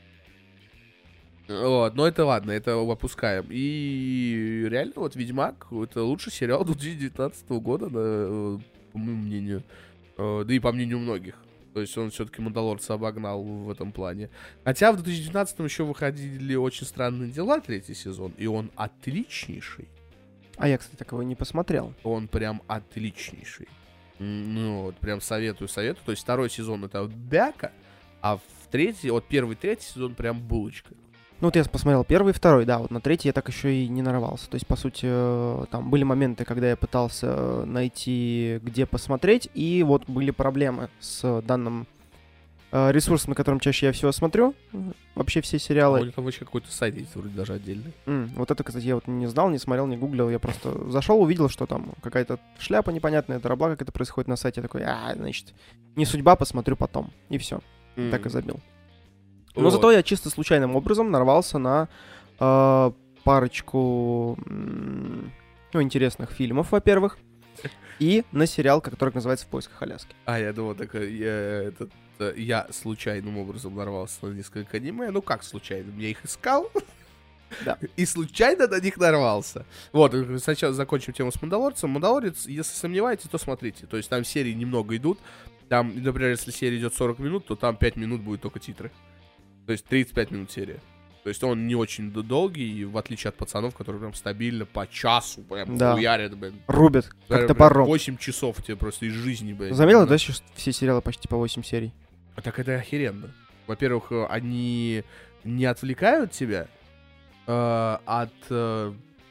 Speaker 1: Вот, но это ладно, это опускаем. И реально, вот, «Ведьмак» — это лучший сериал две тысячи девятнадцатого года, да, э, по моему мнению, Э, да и по мнению многих. То есть он все-таки «Мандалорца» обогнал в этом плане. Хотя в две тысячи девятнадцатом еще выходили «Очень странные дела», третий сезон, и он отличнейший.
Speaker 2: А я, кстати, такого не посмотрел.
Speaker 1: Он прям отличнейший. М, Ну, вот прям советую, советую. То есть второй сезон — это бяка, а в третий, вот первый, третий сезон прям булочка.
Speaker 2: Ну вот я посмотрел первый и второй, да, вот на третий я так еще и не нарвался. То есть, по сути, э, там были моменты, когда я пытался э, найти, где посмотреть, и вот были проблемы с данным э, ресурсом, на котором чаще я всего смотрю, э, вообще все
Speaker 1: А у
Speaker 2: сериалы.
Speaker 1: них там вообще какой-то сайт есть, вроде даже отдельный.
Speaker 2: М, вот это, кстати, я вот не знал, не смотрел, не гуглил, я просто зашел, увидел, что там какая-то шляпа непонятная, дробла как это происходит на сайте, я такой, а, значит, не судьба, посмотрю потом, и все, так и забил. Но
Speaker 1: Вот.
Speaker 2: зато я чисто случайным образом нарвался на э, парочку м, ну, интересных фильмов, во-первых, и на сериал, который называется «В поисках Аляски».
Speaker 1: А, я думал, так э, я, этот, э, я случайным образом нарвался на несколько аниме. Ну, как случайным? Я их искал.
Speaker 2: Да.
Speaker 1: И случайно на них нарвался. Вот, э, сначала закончим тему с «Мандалорцем». «Мандалорец», если сомневаетесь, то смотрите. То есть там серии немного идут. Там, например, если серия идет сорок минут, то там пять минут будет только титры. То есть тридцать пять минут серия. То есть он не очень д- долгий, и в отличие от «Пацанов», которые прям стабильно по часу прям
Speaker 2: Да.
Speaker 1: хуярят, блин.
Speaker 2: Рубит, как
Speaker 1: Прям
Speaker 2: топором.
Speaker 1: восемь часов тебе просто из жизни, блин.
Speaker 2: Заметил, да, сейчас все сериалы почти по восемь серий?
Speaker 1: А так это охеренно. Во-первых, э, они не отвлекают тебя э, от э,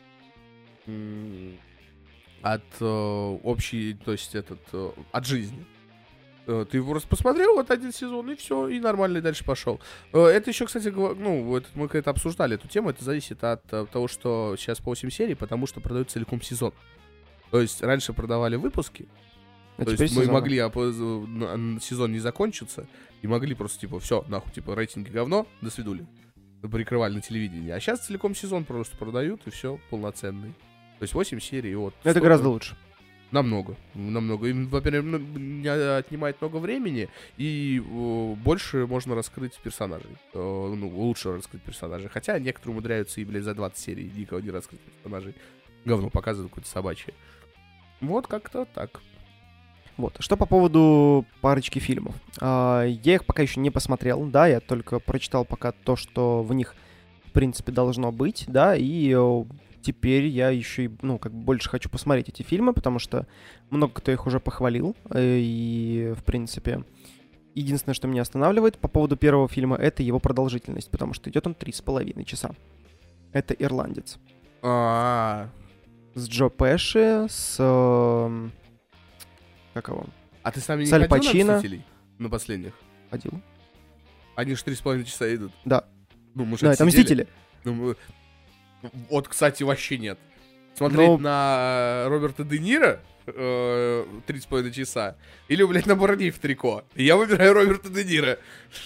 Speaker 1: м, от э, общей, то есть этот э, от жизни. Э, Ты просто посмотрел вот один сезон, и все, и нормально, и дальше пошел. Э, Это еще, кстати, гва- ну, это, мы когда обсуждали эту тему, это зависит от э, того, что сейчас по восемь серий, потому что продают целиком сезон. То есть раньше продавали выпуски,
Speaker 2: А
Speaker 1: то
Speaker 2: теперь
Speaker 1: есть мы
Speaker 2: сезоны.
Speaker 1: могли, а по- на- на- сезон не закончится, и могли просто, типа, все, нахуй, типа, рейтинги говно, до свидули. Прикрывали на телевидении. А сейчас целиком сезон просто продают, и все, полноценный. То есть восемь серий, вот.
Speaker 2: Это
Speaker 1: столько-
Speaker 2: гораздо лучше.
Speaker 1: Намного, намного. И, во-первых, ну, не отнимает много времени, и о, больше можно раскрыть персонажей. Э, ну, лучше раскрыть персонажей. Хотя некоторые умудряются и, блядь, за двадцать серий никого не раскрыть персонажей. Говно показывают какое-то собачье. Вот как-то так.
Speaker 2: Вот. Что по поводу парочки фильмов. А, я их пока еще не посмотрел, да, я только прочитал пока то, что в них, в принципе, должно быть, да, и э, теперь я еще и, ну, как бы больше хочу посмотреть эти фильмы, потому что много кто их уже похвалил, э, и, в принципе, единственное, что меня останавливает по поводу первого фильма, это его продолжительность, потому что идет он три с половиной часа. Это «Ирландец».
Speaker 1: А,
Speaker 2: С Джо Пэши, с... э, как его?
Speaker 1: а ты с нами не
Speaker 2: С Аль
Speaker 1: ходил на
Speaker 2: Пачино.
Speaker 1: «Мстителей»? На последних?
Speaker 2: Ходил?
Speaker 1: Они же три с половиной часа идут.
Speaker 2: Да.
Speaker 1: Ну, мы же
Speaker 2: Да, это
Speaker 1: отсидели.
Speaker 2: «Мстители».
Speaker 1: Ну, мы- Вот, кстати, вообще нет. Смотреть
Speaker 2: Ну-
Speaker 1: на Роберта Де Ниро э, три с половиной часа или, блядь, на Бурни в трико. И я выбираю Роберта Де Ниро.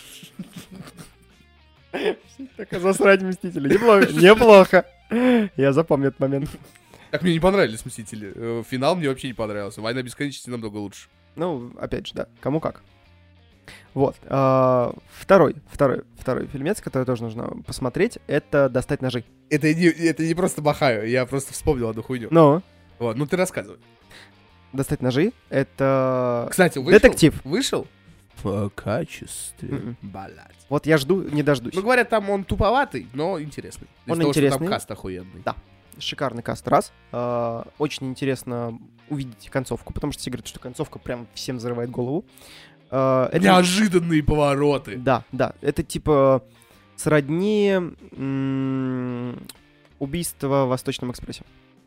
Speaker 2: Так и засрать Мстители. Неплохо. Неплохо. Я запомню этот момент.
Speaker 1: Так мне не понравились Мстители. Э, Финал мне вообще не понравился. Война бесконечности намного лучше.
Speaker 2: Ну, опять же, да, кому как. Вот. а, Второй, второй, второй фильмец, который тоже нужно посмотреть, это «Достать ножи».
Speaker 1: Это не, это не просто махаю, я просто вспомнил одну хуйню.
Speaker 2: Ну,
Speaker 1: Вот, ну ты рассказывай.
Speaker 2: «Достать ножи» — это
Speaker 1: Кстати, вышел?
Speaker 2: детектив.
Speaker 1: Вышел? В качестве.
Speaker 2: Мгм.
Speaker 1: Блядь.
Speaker 2: Вот я жду, не дождусь.
Speaker 1: Ну, говорят, там он туповатый, но интересный. Из-за
Speaker 2: Он
Speaker 1: того, что
Speaker 2: интересный.
Speaker 1: там каст охуенный.
Speaker 2: Да. Шикарный каст, раз. А, Очень интересно увидеть концовку, потому что все говорят, что концовка прям всем взрывает голову. А, это-
Speaker 1: Неожиданные повороты.
Speaker 2: Да, да. Это типа сродни м, убийства в Восточном экспрессе.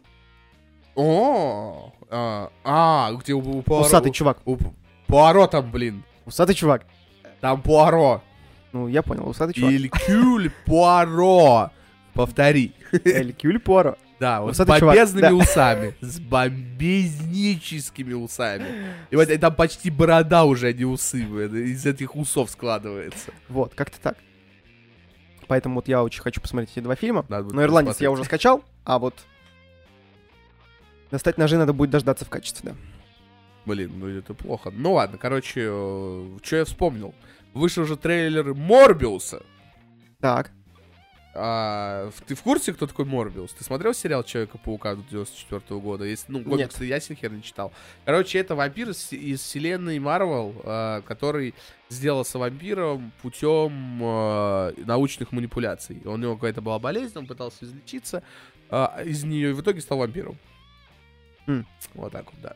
Speaker 1: О, а, а, где у, у Пуаро...
Speaker 2: Усатый чувак.
Speaker 1: у Пу- Пуаро там, блин.
Speaker 2: Усатый чувак.
Speaker 1: Там Пуаро.
Speaker 2: Ну, я понял, усатый чувак.
Speaker 1: Илькюль Пуаро. Повтори.
Speaker 2: Эль Кюль Пуаро.
Speaker 1: Да, вот с
Speaker 2: Усатый чувак,
Speaker 1: бомбезными
Speaker 2: да.
Speaker 1: усами. С бомбезническими усами. И вот и там почти борода уже, а не усы. блин, Из этих усов складывается.
Speaker 2: Вот, как-то так. Поэтому вот я очень хочу посмотреть эти два фильма.
Speaker 1: Надо будет
Speaker 2: Но «Ирландец» я
Speaker 1: посмотреть.
Speaker 2: уже скачал, а вот «Достать ножи» надо будет дождаться в качестве, да.
Speaker 1: Блин, ну это плохо. Ну ладно, короче, что я вспомнил. Вышел же трейлер Морбиуса.
Speaker 2: Так.
Speaker 1: А, в- ты в курсе, кто такой Морбиус? Ты смотрел сериал Человека-паука девяносто четвёртого года? Если, ну, комиксы я сильно хер не читал. Короче, это вампир из, из вселенной Марвел, а, который сделался вампиром путем а, научных манипуляций. У него какая-то была болезнь, он пытался излечиться а, из нее и в итоге стал вампиром.
Speaker 2: М.
Speaker 1: Вот так вот, да.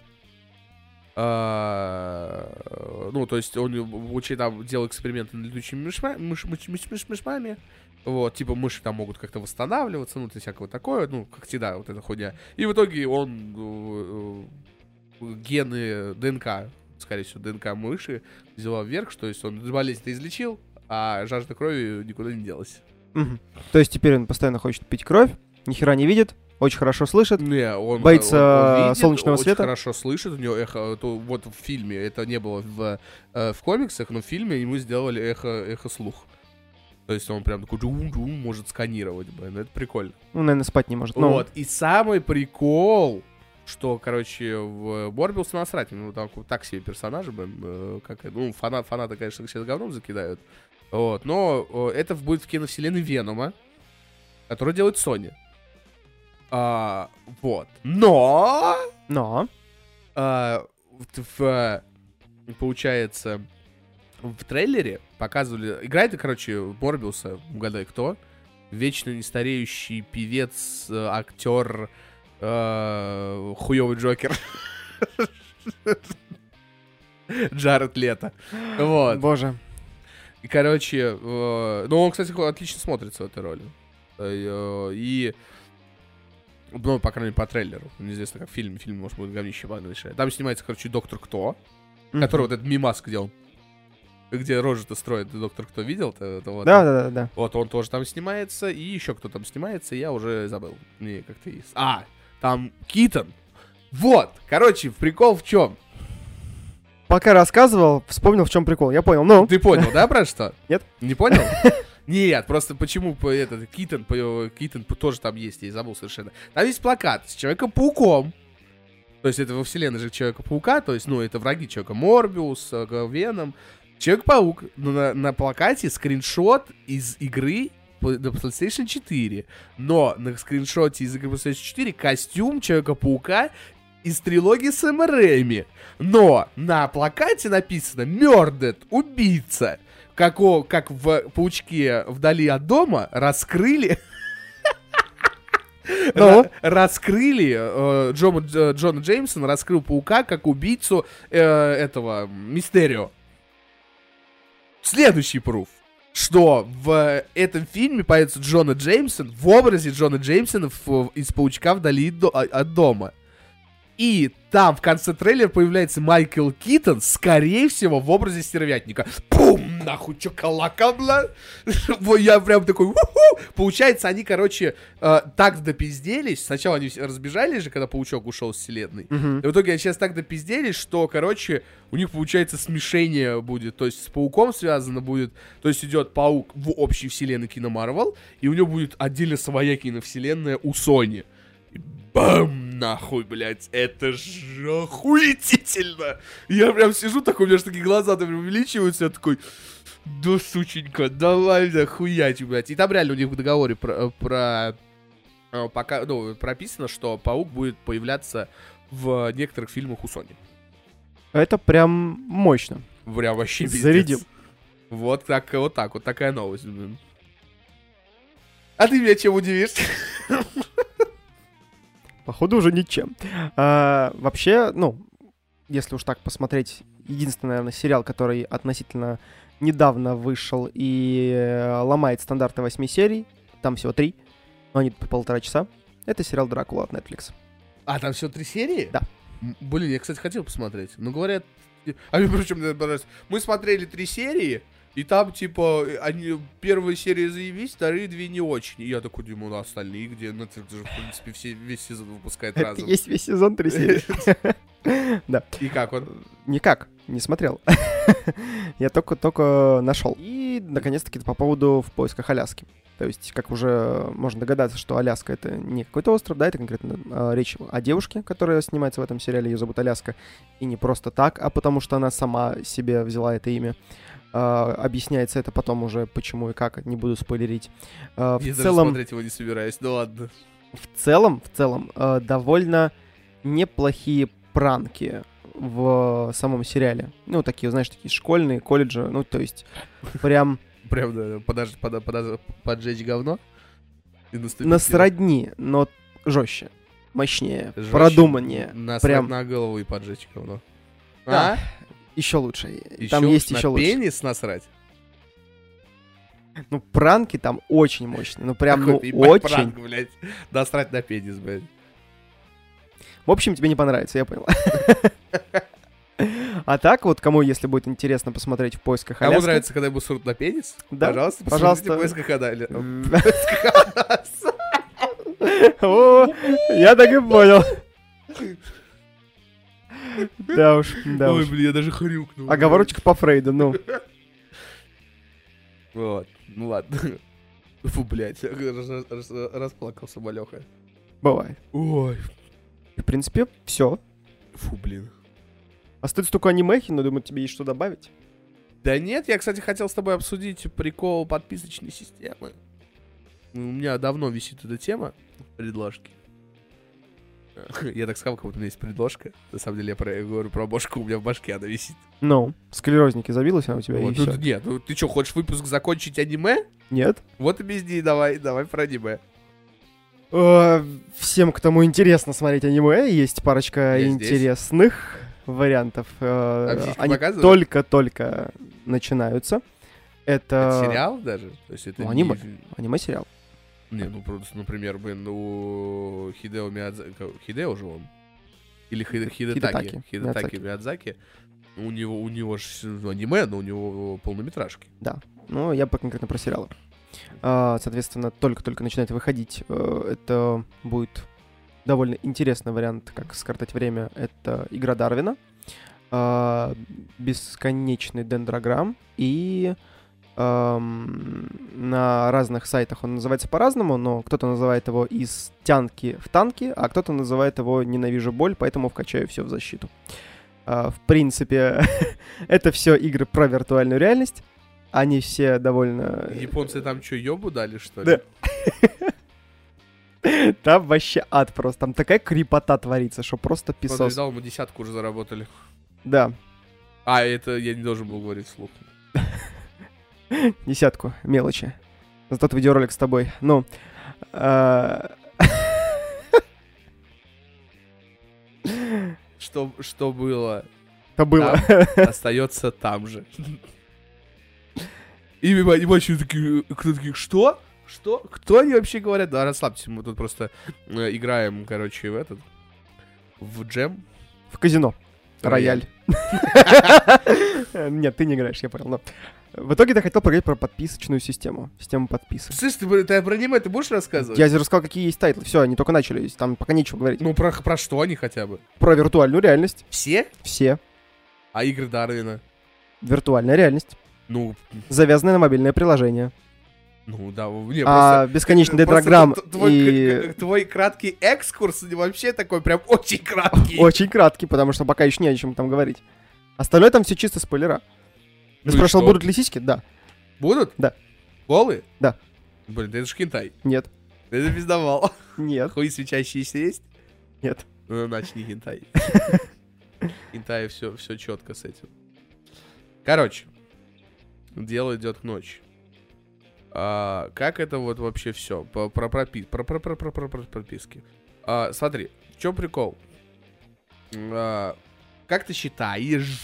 Speaker 1: А, ну, то есть он очень там делал эксперименты над летучими мышма- мыш- мыш- мыш- мыш- мышами. Вот, типа мыши там могут как-то восстанавливаться, ну, то всякое такое, ну, как всегда, вот эта хуйня. И в итоге он э, э, гены ДНК, скорее всего, ДНК мыши взяла вверх, что есть он болезнь-то излечил, а жажда крови никуда не делась.
Speaker 2: Мгм. То есть теперь он постоянно хочет пить кровь, ни хера не видит, очень хорошо слышит.
Speaker 1: Не, он,
Speaker 2: Боится
Speaker 1: он- он видит,
Speaker 2: солнечного
Speaker 1: очень
Speaker 2: света?
Speaker 1: хорошо слышит, у него эхо, то, вот в фильме, это не было в, э, в комиксах, но в фильме ему сделали эхо, эхо слух. То есть он прям такой джум-джум может сканировать, блин, это прикольно.
Speaker 2: Ну, наверное, спать не может. Ну,
Speaker 1: Вот, и самый прикол, что, короче, в Морбиуса насрать, ну, там так себе персонажи, блин, э, как, ну, фана, фанаты, конечно, сейчас говном закидают, вот, но э, это будет в киновселенной Венома, которую делает Sony. А, вот, но,
Speaker 2: но...
Speaker 1: а, в, в- получается, в трейлере показывали, играет, короче, Морбиуса, угадай кто, вечно нестареющий певец, э, актер, э, хуёвый Джокер. Джаред Лето. Вот.
Speaker 2: Боже.
Speaker 1: И, короче, э, ну, он, кстати, отлично смотрится в этой роли. Э, И, ну, по крайней мере, по трейлеру. Неизвестно, как в фильме. Фильм, может, будет говнище полнейшее. Там снимается, короче, Доктор Кто, который вот этот мимас, где он, где рожи-то строит, Доктор Кто видел? -то, это вот.
Speaker 2: Да, да, да, да.
Speaker 1: Вот он тоже там снимается, и еще кто там снимается, я уже забыл. Не, как-то есть. А, там Китон. Вот, короче, прикол в чем?
Speaker 2: Пока рассказывал, вспомнил, в чем прикол. Я понял. Ну,
Speaker 1: Ты понял, да, про что?
Speaker 2: Нет.
Speaker 1: Не понял? Нет, просто почему по- этот Китон, по- Китон тоже там есть, я забыл совершенно. Там есть плакат с Человеком-пауком. То есть это во вселенной же Человека-паука, то есть, ну, это враги Человека Морбиус, э, Веном. Человек-паук, ну, на, на плакате скриншот из игры по- на PlayStation четыре. Но на скриншоте из игры PlayStation четыре костюм Человека-паука из трилогии Сэм Рэйми. Но на плакате написано «Murdered», убийца. Как, о, как в «Паучке вдали от дома» раскрыли...
Speaker 2: Ну?
Speaker 1: Ра- раскрыли э, Джона, Дж- Джона Джеймсона раскрыл паука как убийцу э, этого Мистерио. Следующий пруф, что в этом фильме появится Джона Джеймсон в образе Джона Джеймсона в- из паучка вдали до- от дома. И там в конце трейлера появляется Майкл Китон, скорее всего, в образе стервятника. Пум! Нахуй, чоколака, бля. Я прям такой, у-ху! Получается, они, короче, э, так допизделись. Сначала они разбежались же, когда Паучок ушел с вселенной.
Speaker 2: Мгм.
Speaker 1: И в итоге они сейчас так допизделись, что, короче, у них, получается, смешение будет. То есть с Пауком связано будет. То есть идет Паук в общей вселенной кино Марвел, и у него будет отдельно своя киновселенная у Sony. И бам! Нахуй, блядь, это же охуетительно! Я прям сижу такой, у меня же такие глаза там увеличиваются, я такой, да, сученька, давай, да, хуячь, блядь. И там реально у них в договоре про, про э, пока, ну, прописано, что Паук будет появляться в некоторых фильмах у Sony.
Speaker 2: Это прям мощно.
Speaker 1: Прям вообще пиздец.
Speaker 2: Зарядил.
Speaker 1: Вот так, вот так, вот такая новость, блин. А ты меня чем удивишь?
Speaker 2: Походу, уже ничем. А, вообще, ну, если уж так посмотреть, единственный, наверное, сериал, который относительно недавно вышел и э, ломает стандарты восьми серий, там всего три, но они по полтора часа, это сериал «Дракула» от Netflix.
Speaker 1: А, там всего три серии?
Speaker 2: Да.
Speaker 1: М, Блин, я, кстати, хотел посмотреть. Но говорят... А мне причем мне понравилось. Мы смотрели три серии, и там, типа, они первые серии заявись, вторые две не очень. И я такой думаю, ну, остальные где? Ну, это же, в принципе, все, весь сезон выпускает
Speaker 2: Это
Speaker 1: разом.
Speaker 2: есть весь сезон, три серии. Да.
Speaker 1: И как он?
Speaker 2: Никак, не смотрел. Я только-только нашел. И, наконец-таки, по поводу «В поисках Аляски». То есть, как уже можно догадаться, что Аляска — это не какой-то остров, да, это конкретно э, речь о девушке, которая снимается в этом сериале, ее зовут Аляска. И не просто так, а потому что она сама себе взяла это имя. Э, объясняется это потом уже, почему и как, не буду спойлерить. Э, в
Speaker 1: Я
Speaker 2: целом...
Speaker 1: даже смотреть его не собираюсь, ну ладно.
Speaker 2: В целом, в целом, э, довольно неплохие пранки в самом сериале. Ну, такие, знаешь, такие школьные, колледжи, ну, то есть, прям...
Speaker 1: Прям, да, подож- подо- подо- поджечь говно? И наступить
Speaker 2: насродни, но жестче, мощнее,
Speaker 1: жестче,
Speaker 2: продуманнее.
Speaker 1: Насрать
Speaker 2: Прям,
Speaker 1: на голову и поджечь говно.
Speaker 2: да,
Speaker 1: А?
Speaker 2: еще лучше.
Speaker 1: Ещё
Speaker 2: Там есть
Speaker 1: на
Speaker 2: еще лучше.
Speaker 1: пенис насрать?
Speaker 2: Ну, пранки там очень мощные. Ну, прям,
Speaker 1: Какой
Speaker 2: ну,
Speaker 1: ты, ебать,
Speaker 2: очень.
Speaker 1: пранк, блядь. Насрать на пенис, блядь.
Speaker 2: В общем, тебе не понравится, я понял. А так вот, кому, если будет интересно посмотреть «В поисках
Speaker 1: Кому
Speaker 2: Аляски»,
Speaker 1: нравится, когда ему срут на пенис?
Speaker 2: Да,
Speaker 1: Пожалуйста,
Speaker 2: пожалуйста.
Speaker 1: посмотрите «В поисках Аляски».
Speaker 2: М.
Speaker 1: В поисках Аляски.
Speaker 2: О, я так и понял. Да уж, да
Speaker 1: Ой,
Speaker 2: уж.
Speaker 1: блин, я даже хрюкнул.
Speaker 2: Оговорочка по Фрейду, ну.
Speaker 1: Вот, ну ладно. Фу, блядь, раз- раз- расплакался малёха.
Speaker 2: Бывает.
Speaker 1: Ой,
Speaker 2: И, в принципе, все.
Speaker 1: фу, блин.
Speaker 2: Остается только анимехи, но думаю, тебе есть что добавить.
Speaker 1: Да нет, я, кстати, хотел с тобой обсудить прикол подписочной системы. У меня давно висит эта тема предложки. Я так сказал, как будто у меня есть предложка. На самом деле я, про, я говорю про бошку, у меня в башке она висит.
Speaker 2: Ну, склерозники забилась она у тебя,
Speaker 1: Вот.
Speaker 2: и
Speaker 1: Ну,
Speaker 2: всё.
Speaker 1: нет, ну ты что, хочешь выпуск закончить аниме?
Speaker 2: Нет?
Speaker 1: Вот и без ней давай, давай про аниме.
Speaker 2: Э, Всем, кому интересно смотреть аниме, есть парочка
Speaker 1: Я здесь.
Speaker 2: интересных вариантов. Э,
Speaker 1: А психи
Speaker 2: Они
Speaker 1: показывают?
Speaker 2: только-только начинаются.
Speaker 1: Это
Speaker 2: Это
Speaker 1: сериал даже? То есть это
Speaker 2: ну,
Speaker 1: не-
Speaker 2: аниме. аниме-сериал.
Speaker 1: Не, ну просто, например, блин, у Хидео Миядзаки... Хидео же он? Или Хи- Хидетаки?
Speaker 2: Хидетаки,
Speaker 1: Хидетаки Миядзаки. У него, у него же аниме, но у него полнометражки.
Speaker 2: Ну, я по- конкретно про сериалы. А, Соответственно, только-только начинает выходить. Э, Это будет довольно интересный вариант, как скоротать время. Это «Игра Дарвина», а, «Бесконечный дендрограмм» и ам, на разных сайтах он называется по-разному, но кто-то называет его «Из тянки в танки», а кто-то называет его «Ненавижу боль, поэтому вкачаю все в защиту». А, В принципе, это все игры про виртуальную реальность. Они все довольно...
Speaker 1: Японцы там что, ёбу дали, что ли?
Speaker 2: Да. Там вообще ад просто. Там такая крипота творится, что просто
Speaker 1: Вот,
Speaker 2: песос.
Speaker 1: видал, мы десятку уже заработали.
Speaker 2: Да,
Speaker 1: А, это я не должен был говорить вслух.
Speaker 2: десятку, мелочи. Зато тот видеоролик с тобой. Ну, а,
Speaker 1: Что, что было,
Speaker 2: это было.
Speaker 1: остается там же. И анимации такие, кто такие, что? Что? Кто они вообще говорят? Да, расслабьтесь, мы тут просто э, играем, короче, в этот... В джем?
Speaker 2: В казино.
Speaker 1: Рояль.
Speaker 2: Рояль. Нет, ты не играешь, я понял. Но... В итоге ты хотел поговорить про подписочную систему. Систему подписок.
Speaker 1: Слышь, ты, ты про аниме ты будешь рассказывать?
Speaker 2: Я рассказал, какие есть тайтлы. Все, они только начали. Там пока нечего говорить.
Speaker 1: Ну, про, про что они хотя бы?
Speaker 2: Про виртуальную реальность.
Speaker 1: Все?
Speaker 2: Все.
Speaker 1: А игры Дарвина?
Speaker 2: Виртуальная реальность.
Speaker 1: Ну...
Speaker 2: Завязанная на мобильное приложение.
Speaker 1: Ну, да, не,
Speaker 2: а
Speaker 1: просто...
Speaker 2: бесконечный дедрограмм
Speaker 1: твой,
Speaker 2: и...
Speaker 1: твой краткий экскурс вообще такой прям очень краткий.
Speaker 2: Очень краткий, потому что пока еще не о чем там говорить. Остальное там все чисто спойлера. Ты
Speaker 1: Ну
Speaker 2: спрашивал, будут ли сиськи? Да.
Speaker 1: Будут?
Speaker 2: Да.
Speaker 1: Голые?
Speaker 2: Да.
Speaker 1: Блин, ты это ж хентай.
Speaker 2: Нет.
Speaker 1: Ты это пиздовал.
Speaker 2: Нет.
Speaker 1: Хуй свечащиеся есть?
Speaker 2: Нет.
Speaker 1: Ну, значит, не хентай. Хентай все, все четко с этим. Короче, дело идет к ночи. А, как это вот вообще все? Про, про, пропи- про, про, про, про, про, про прописки. А, смотри, в чем прикол? А, как ты считаешь,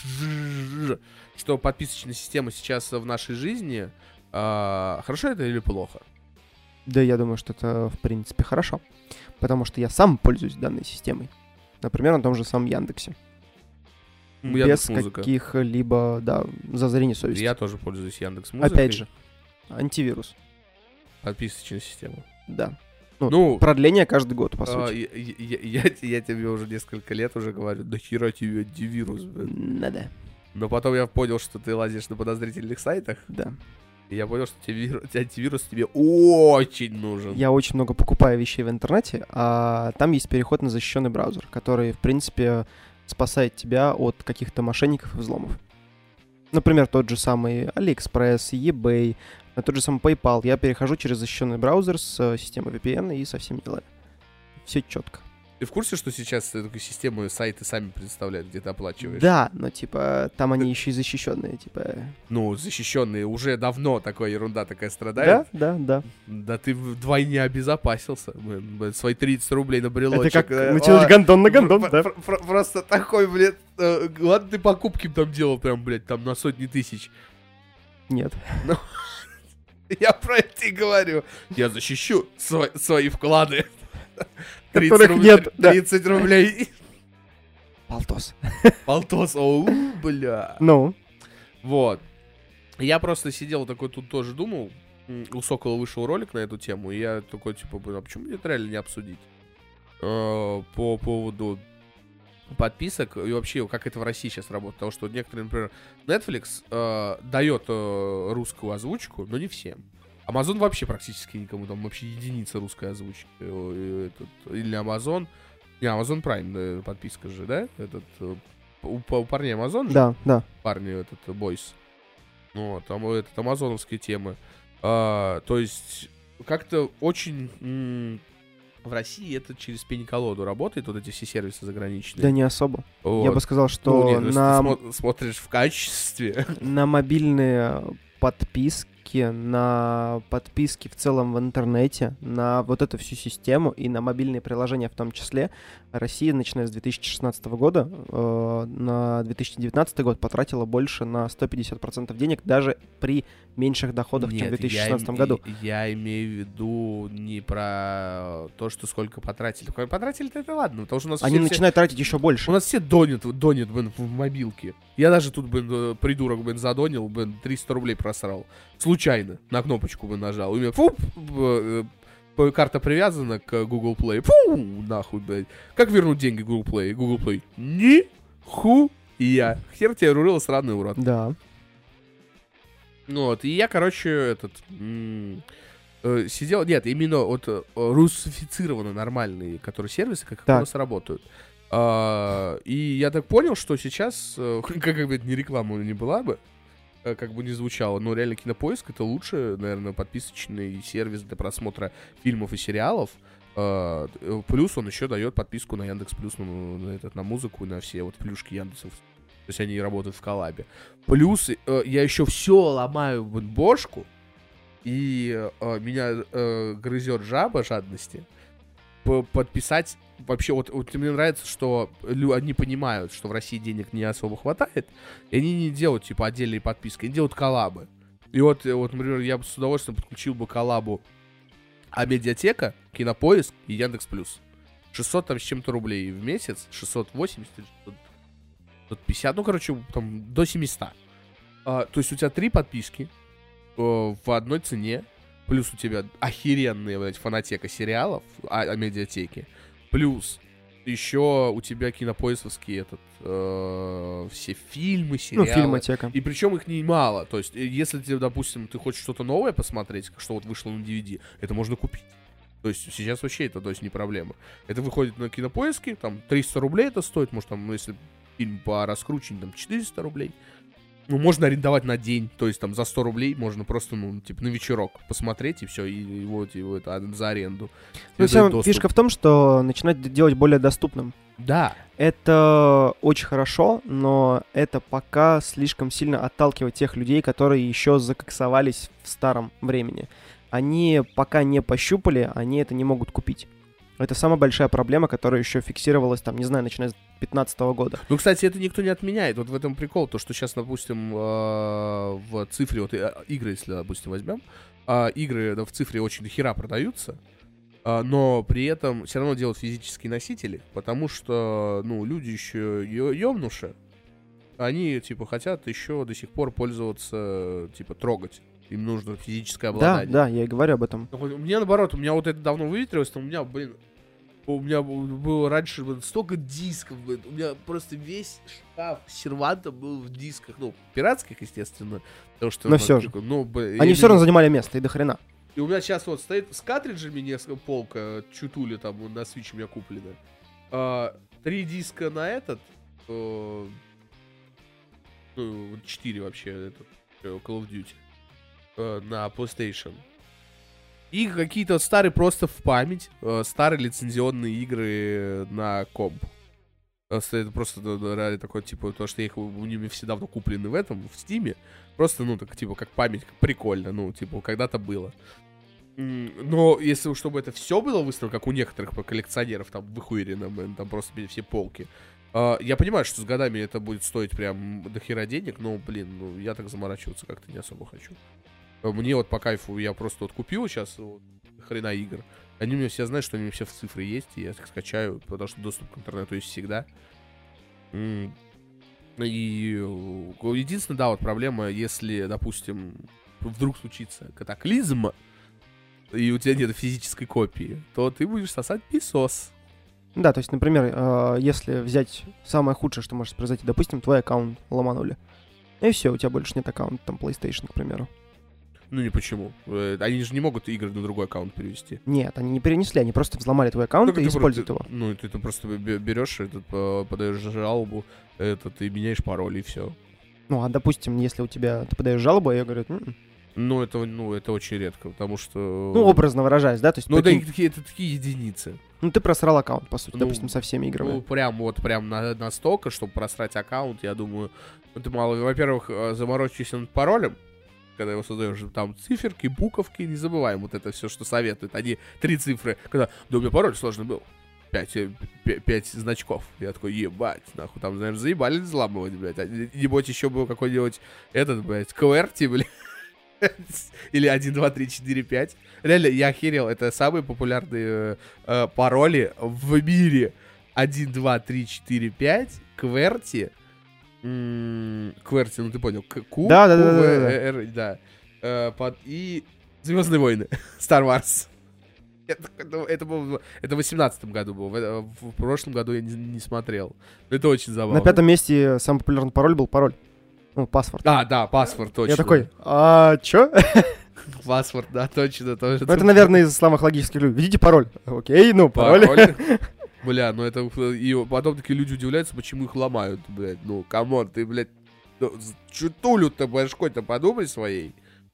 Speaker 1: что подписочная система сейчас в нашей жизни, а, хорошо это или плохо?
Speaker 2: Да, я думаю, что это, в принципе, хорошо. Потому что я сам пользуюсь данной системой. Например, на том же самом Яндексе.
Speaker 1: Ну,
Speaker 2: Без
Speaker 1: Яндекс.Музыка.
Speaker 2: каких-либо, да, зазрений совести.
Speaker 1: Я тоже пользуюсь Яндекс.Музыкой.
Speaker 2: Опять же, антивирус.
Speaker 1: Подписочная система.
Speaker 2: Да. Ну,
Speaker 1: Ну,
Speaker 2: продление каждый год, по
Speaker 1: а,
Speaker 2: сути.
Speaker 1: я, я, я, я тебе уже несколько лет уже говорю, да хера тебе антивирус. блин.
Speaker 2: Надо.
Speaker 1: Но потом я понял, что ты лазишь на подозрительных сайтах,
Speaker 2: Да.
Speaker 1: и я понял, что тебе виру- антивирус тебе очень нужен.
Speaker 2: Я очень много покупаю вещей в интернете, а там есть переход на защищенный браузер, который, в принципе, спасает тебя от каких-то мошенников и взломов. Например, тот же самый AliExpress, eBay, тот же самый PayPal. Я перехожу через защищенный браузер с системой ви пи эн и со всеми делами. Все четко.
Speaker 1: Ты в курсе, что сейчас такую систему сайты сами предоставляют, где ты оплачиваешь?
Speaker 2: Да, но типа там они еще и защищенные, типа.
Speaker 1: Ну, защищенные уже давно такая ерунда такая страдает.
Speaker 2: Да, да, да.
Speaker 1: Да ты вдвойне обезопасился. Блин, блин, свои тридцать рублей на брелочек.
Speaker 2: Это как
Speaker 1: э,
Speaker 2: натянуть
Speaker 1: а,
Speaker 2: гондон на гондон,
Speaker 1: пр-
Speaker 2: да.
Speaker 1: пр- пр- Просто такой, блядь, э, ладно, ты покупки там делал прям, блядь, там на сотни тысяч.
Speaker 2: Нет.
Speaker 1: Я про это и говорю. Я защищу свой- свои вклады.
Speaker 2: Которых нет, да.
Speaker 1: тридцать рублей.
Speaker 2: Полтос.
Speaker 1: Полтос, оу, бля.
Speaker 2: Ну,
Speaker 1: Вот. Я просто сидел такой тут тоже думал. м, У Сокола вышел ролик на эту тему, и я такой, типа, блин, а почему это реально не обсудить? Э, По поводу подписок и вообще, как это в России сейчас работает. Потому что вот некоторые, например, Netflix э, дает э, русскую озвучку, но не всем. Amazon вообще практически никому, там вообще единица русской озвучки. Э, этот, или Amazon. Не, Amazon Prime э, подписка же, да? Этот, э, у, у парней Amazon же?
Speaker 2: да, да.
Speaker 1: Парни, этот, Бойс. Вот, там этот, амазоновские темы. А, то есть, как-то очень... м- в России это через пень-колоду работает, вот эти все сервисы заграничные.
Speaker 2: Да не особо.
Speaker 1: Вот.
Speaker 2: Я бы сказал,
Speaker 1: Ну,
Speaker 2: что
Speaker 1: нет, ну, если
Speaker 2: на,
Speaker 1: ты смо- смотришь в качестве.
Speaker 2: на мобильные подписки, на подписки в целом в интернете, на вот эту всю систему и на мобильные приложения в том числе, Россия, начиная с две тысячи шестнадцатого года, э, на две тысячи девятнадцатый год потратила больше на сто пятьдесят процентов денег даже при меньших доходах, чем в две тысячи шестнадцатом
Speaker 1: я,
Speaker 2: году.
Speaker 1: Я, я имею в виду не про то, что сколько потратили. Потратили-то это ладно, потому что у нас
Speaker 2: Они
Speaker 1: все,
Speaker 2: начинают тратить еще
Speaker 1: У
Speaker 2: больше.
Speaker 1: нас все донят, донят, блин, в мобилке. Я даже тут, блин, э, придурок, блин, задонил, блин, триста рублей просрал. Случайно. На кнопочку, блин, нажал. И у меня, фу, э, э, карта привязана к Google Play. Фу, нахуй, блядь. Как вернуть деньги Google Play? Google Play. Ни-ху-я. Хер тебе рулил, сраный урод.
Speaker 2: Да.
Speaker 1: Ну вот, и я, короче, этот... м- э, сидел... Нет, именно вот э, русифицированы нормальные, которые сервисы, как, как у
Speaker 2: Так.
Speaker 1: нас работают. А, и я так понял, что сейчас, э, как бы это не реклама не была бы, э, как бы не звучало, но реально Кинопоиск — это лучший, наверное, подписочный сервис для просмотра фильмов и сериалов. А, э, плюс он еще дает подписку на Яндекс Плюс, ну, на, этот, на музыку, на все вот плюшки Яндексов. То есть они работают в коллабе. Плюс э, я еще все ломаю в бошку, и э, меня э, грызет жаба жадности п- подписать. Вообще, вот, вот мне нравится, что лю- они понимают, что в России денег не особо хватает, и они не делают, типа, отдельные подписки, они делают коллабы. И вот, э, вот, например, я бы с удовольствием подключил бы коллабу Амедиатека, Кинопоиск и Яндекс Плюс. шестьсот там с чем-то рублей в месяц, шестьсот восемьдесят, шестьсот пятьдесят, ну, короче, там до семьсот. А, то есть у тебя три подписки э, в одной цене, плюс у тебя охеренные, блядь, фонотека сериалов, а, а медиатеки, плюс еще у тебя кинопоисковский этот, э, все фильмы, сериалы.
Speaker 2: Ну, фильмотека.
Speaker 1: И причем их немало. То есть, если тебе, допустим, ты хочешь что-то новое посмотреть, что вот вышло на ди ви ди, это можно купить. То есть сейчас вообще это, то есть, не проблема. Это выходит на Кинопоиске, там триста рублей это стоит, может там, ну, если фильм по раскручению, там четыреста рублей. Ну, можно арендовать на день, то есть там за сто рублей можно просто, ну, типа, на вечерок посмотреть, и все, и, и вот его это за аренду.
Speaker 2: Ну, вся фишка в том, что начинать делать более доступным.
Speaker 1: Да.
Speaker 2: Это очень хорошо, но это пока слишком сильно отталкивает тех людей, которые еще закоксовались в старом времени. Они пока не пощупали, они это не могут купить. Это самая большая проблема, которая еще фиксировалась, там, не знаю, начиная с две тысячи пятнадцатого года.
Speaker 1: Ну, кстати, это никто не отменяет. Вот в этом прикол, то, что сейчас, допустим, в цифре, вот игры, если, допустим, возьмем, игры в цифре очень дохера продаются, но при этом все равно делают физические носители, потому что, ну, люди еще ёбнуши, они, типа, хотят еще до сих пор пользоваться, типа, трогать. Им нужно физическое обладание.
Speaker 2: Да, да, я и говорю об этом.
Speaker 1: У меня, наоборот, у меня вот это давно выветрилось, но у меня, блин, у меня было раньше блин, столько дисков, блин, у меня просто весь шкаф серванта был в дисках, ну, пиратских, естественно. Потому что,
Speaker 2: но
Speaker 1: ну,
Speaker 2: все же.
Speaker 1: Ну, блин,
Speaker 2: они все равно занимали место, и до хрена.
Speaker 1: И у меня сейчас вот стоит с картриджами несколько полка, чутули там на Switch у меня куплено. А, три диска на этот, а, ну, четыре вообще, этот, Call of Duty. На PlayStation. И какие-то вот старые просто в память, э, старые лицензионные игры на комп. Это просто ради такой, типа, то, что я их, у ними все давно куплены в этом, в Стиме. Просто, ну, так, типа, как память, прикольно, ну, типа, когда-то было. Но если чтобы это все было выставлено, как у некоторых коллекционеров, там, выхуерено, там просто все полки. Uh, я понимаю, что с годами это будет стоить прям до хера денег, но, блин, ну, я так заморачиваться как-то не особо хочу. Мне вот по кайфу, я просто вот купил сейчас вот, хрена игр. Они у меня все знают, что они у меня все в цифре есть, и я их скачаю, потому что доступ к интернету есть всегда. Mm. И единственная, да, вот проблема, если, допустим, вдруг случится катаклизм, и у тебя нет физической копии, то ты будешь сосать писос.
Speaker 2: Да, то есть, например, э, если взять самое худшее, что может произойти, допустим, твой аккаунт ломанули, и все, у тебя больше нет аккаунта, там, PlayStation, к примеру.
Speaker 1: Ну, не почему. Они же не могут игры на другой аккаунт перевести.
Speaker 2: Нет, они не перенесли, они просто взломали твой аккаунт и используют
Speaker 1: ты,
Speaker 2: его.
Speaker 1: Ну, ты, ты просто берешь, этот, подаешь жалобу, этот, ты меняешь пароль, и все.
Speaker 2: Ну, а допустим, если у тебя ты подаешь жалобу, а я говорю, м-м.
Speaker 1: Ну, это, ну, это очень редко, потому что...
Speaker 2: Ну, образно выражаясь, да? То есть,
Speaker 1: ну,
Speaker 2: прикинь...
Speaker 1: это, такие, это такие единицы.
Speaker 2: Ну, ты просрал аккаунт, по сути,
Speaker 1: ну,
Speaker 2: допустим, со всеми играми.
Speaker 1: Ну, прям вот, прям на, настолько, чтобы просрать аккаунт, я думаю, ну, ты мало... Во-первых, заморочишься над паролем, когда его создаешь, там циферки, буковки, не забываем вот это все, что советуют. Они три цифры, когда, да у меня пароль сложный был. Пять, пять значков. Я такой, ебать, нахуй, там, наверное, заебали взламывать, блядь. А, ебать, еще был какой-нибудь этот, блядь, кверти, блядь. Или один, два, три, четыре, пять. Реально, я охерел. Это самые популярные э, пароли в мире. один, два, три, четыре, пять. Кверти. М-м, кверти, ну ты понял. Q,
Speaker 2: да, да, да,
Speaker 1: да, да, да. Э, под, и Звездные войны. Star Wars. Это, это было, это в восемнадцатом году было. В, в прошлом году я не, не смотрел. Это очень забавно.
Speaker 2: На пятом месте самый популярный пароль был пароль. Ну, паспорт.
Speaker 1: А, да, паспорт, точно.
Speaker 2: Я такой, а чё?
Speaker 1: Паспорт, да, точно. тоже.
Speaker 2: Ну, это, наверное, из самых логических людей. Введите пароль. Окей, ну, пароль.
Speaker 1: пароль. Бля, ну это... И потом такие люди удивляются, почему их ломают, блядь. Ну, камон, ты, блядь, ну, чутулю-то башкой-то подумай своей.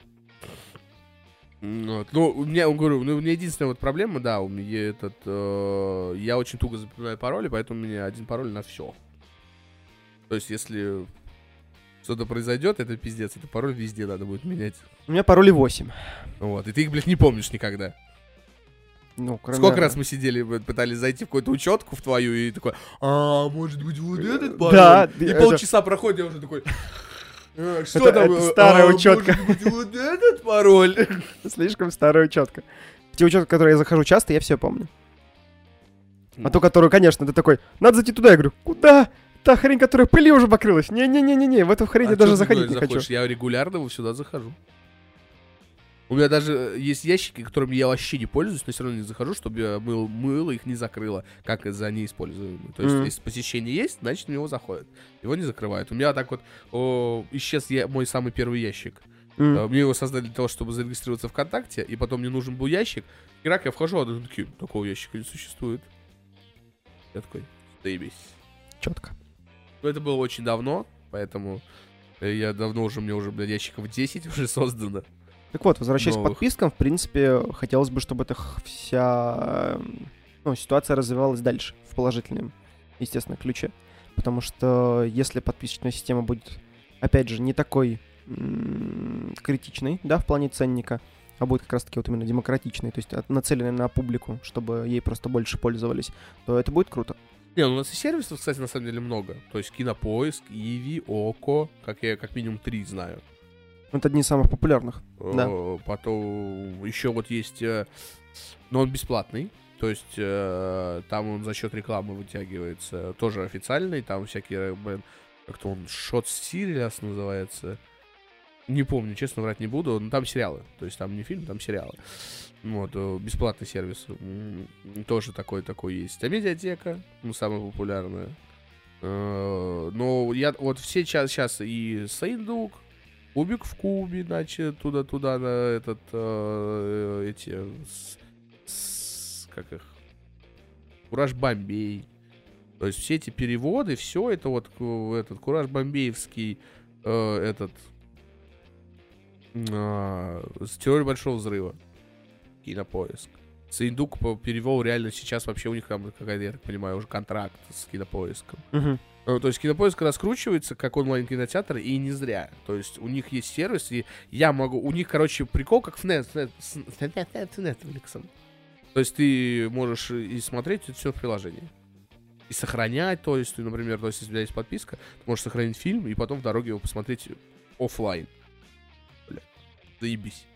Speaker 1: Вот. Ну, у меня, говорю, ну, у меня единственная вот проблема, да, у меня этот... Э, я очень туго запоминаю пароли, поэтому у меня один пароль на все. То есть, если... что-то произойдет, это пиздец, это пароль везде надо будет менять.
Speaker 2: У меня пароли восемь.
Speaker 1: Вот, и ты их, блядь, не помнишь никогда.
Speaker 2: Ну, кроме...
Speaker 1: Сколько раз мы сидели, пытались зайти в какую-то учетку в твою, и такой, а, может быть, вот этот пароль?
Speaker 2: Да.
Speaker 1: И
Speaker 2: это...
Speaker 1: полчаса проходит, я уже такой, а, что
Speaker 2: это,
Speaker 1: там?
Speaker 2: Это старая
Speaker 1: а,
Speaker 2: учетка.
Speaker 1: Может быть, вот этот пароль?
Speaker 2: Слишком старая учетка. Те учетки, в которые я захожу часто, я все помню. А ту, которую, конечно, ты такой, надо зайти туда. Я говорю, куда? Та хрень, которая пыли уже покрылась. Не-не-не-не-не, в эту хрень
Speaker 1: А
Speaker 2: я даже
Speaker 1: чё ты
Speaker 2: заходить не
Speaker 1: заходишь?
Speaker 2: хочу.
Speaker 1: Я регулярно сюда захожу. У меня даже есть ящики, которыми я вообще не пользуюсь, но все равно не захожу, чтобы я мыл, мыло их не закрыло, как за неиспользуемые. То есть,
Speaker 2: Мгм.
Speaker 1: если посещение есть, значит, в него заходят. Его не закрывают. У меня так вот о, исчез я, мой самый первый ящик.
Speaker 2: М.
Speaker 1: А, Мне его создали для того, чтобы зарегистрироваться ВКонтакте, и потом мне нужен был ящик. И рак, я вхожу, а они такие, такого ящика не существует. Я такой, заебись.
Speaker 2: Четко.
Speaker 1: Но это было очень давно, поэтому э, я давно уже, мне уже, блядь, ящиков десять уже создано.
Speaker 2: Так вот, возвращаясь
Speaker 1: Новых.
Speaker 2: к подпискам, в принципе, хотелось бы, чтобы эта х- вся эм, ну, ситуация развивалась дальше, в положительном, естественно, ключе. Потому что если подписочная система будет, опять же, не такой м, критичной, да, в плане ценника, а будет как раз-таки вот именно демократичной, то есть от- нацеленной на публику, чтобы ей просто больше пользовались, то это будет круто.
Speaker 1: Не, ну у нас и сервисов, кстати, на самом деле много. То есть Кинопоиск, Иви, Око, как я как минимум три знаю.
Speaker 2: Это одни из самых популярных. Да.
Speaker 1: Э, Потом еще вот есть, э, но он бесплатный. То есть э, там он за счет рекламы вытягивается. Тоже официальный, там всякие, блин, как-то он Shot Series называется. Не помню, честно врать не буду, но там сериалы. То есть там не фильм, там сериалы. Вот, э, бесплатный сервис. М, Тоже такой такой есть. А медиатека, ну, самая популярная. Э, Но я вот все сейчас и Сейндук, Кубик в кубе, значит, туда-туда на этот, э, эти, с- с- как их, Кураж Бомбей. То есть все эти переводы, все это вот ку- этот Кураж Бомбеевский, э, этот, э, с теорией большого взрыва, Кинопоиск. Сейндук по- перевел реально сейчас вообще у них там какая-то, я так понимаю, уже контракт с Кинопоиском.
Speaker 2: Мгм.
Speaker 1: Ну, то есть Кинопоиск раскручивается как онлайн-кинотеатр, и не зря. То есть у них есть сервис, и я могу... У них, короче, прикол, как в Нет- с Нет- с Netflix. То есть ты можешь и смотреть это все в приложении. И сохранять, то есть, ты, например, то есть, если у тебя есть подписка, ты можешь сохранить фильм, и потом в дороге его посмотреть оффлайн. Бля, заебись.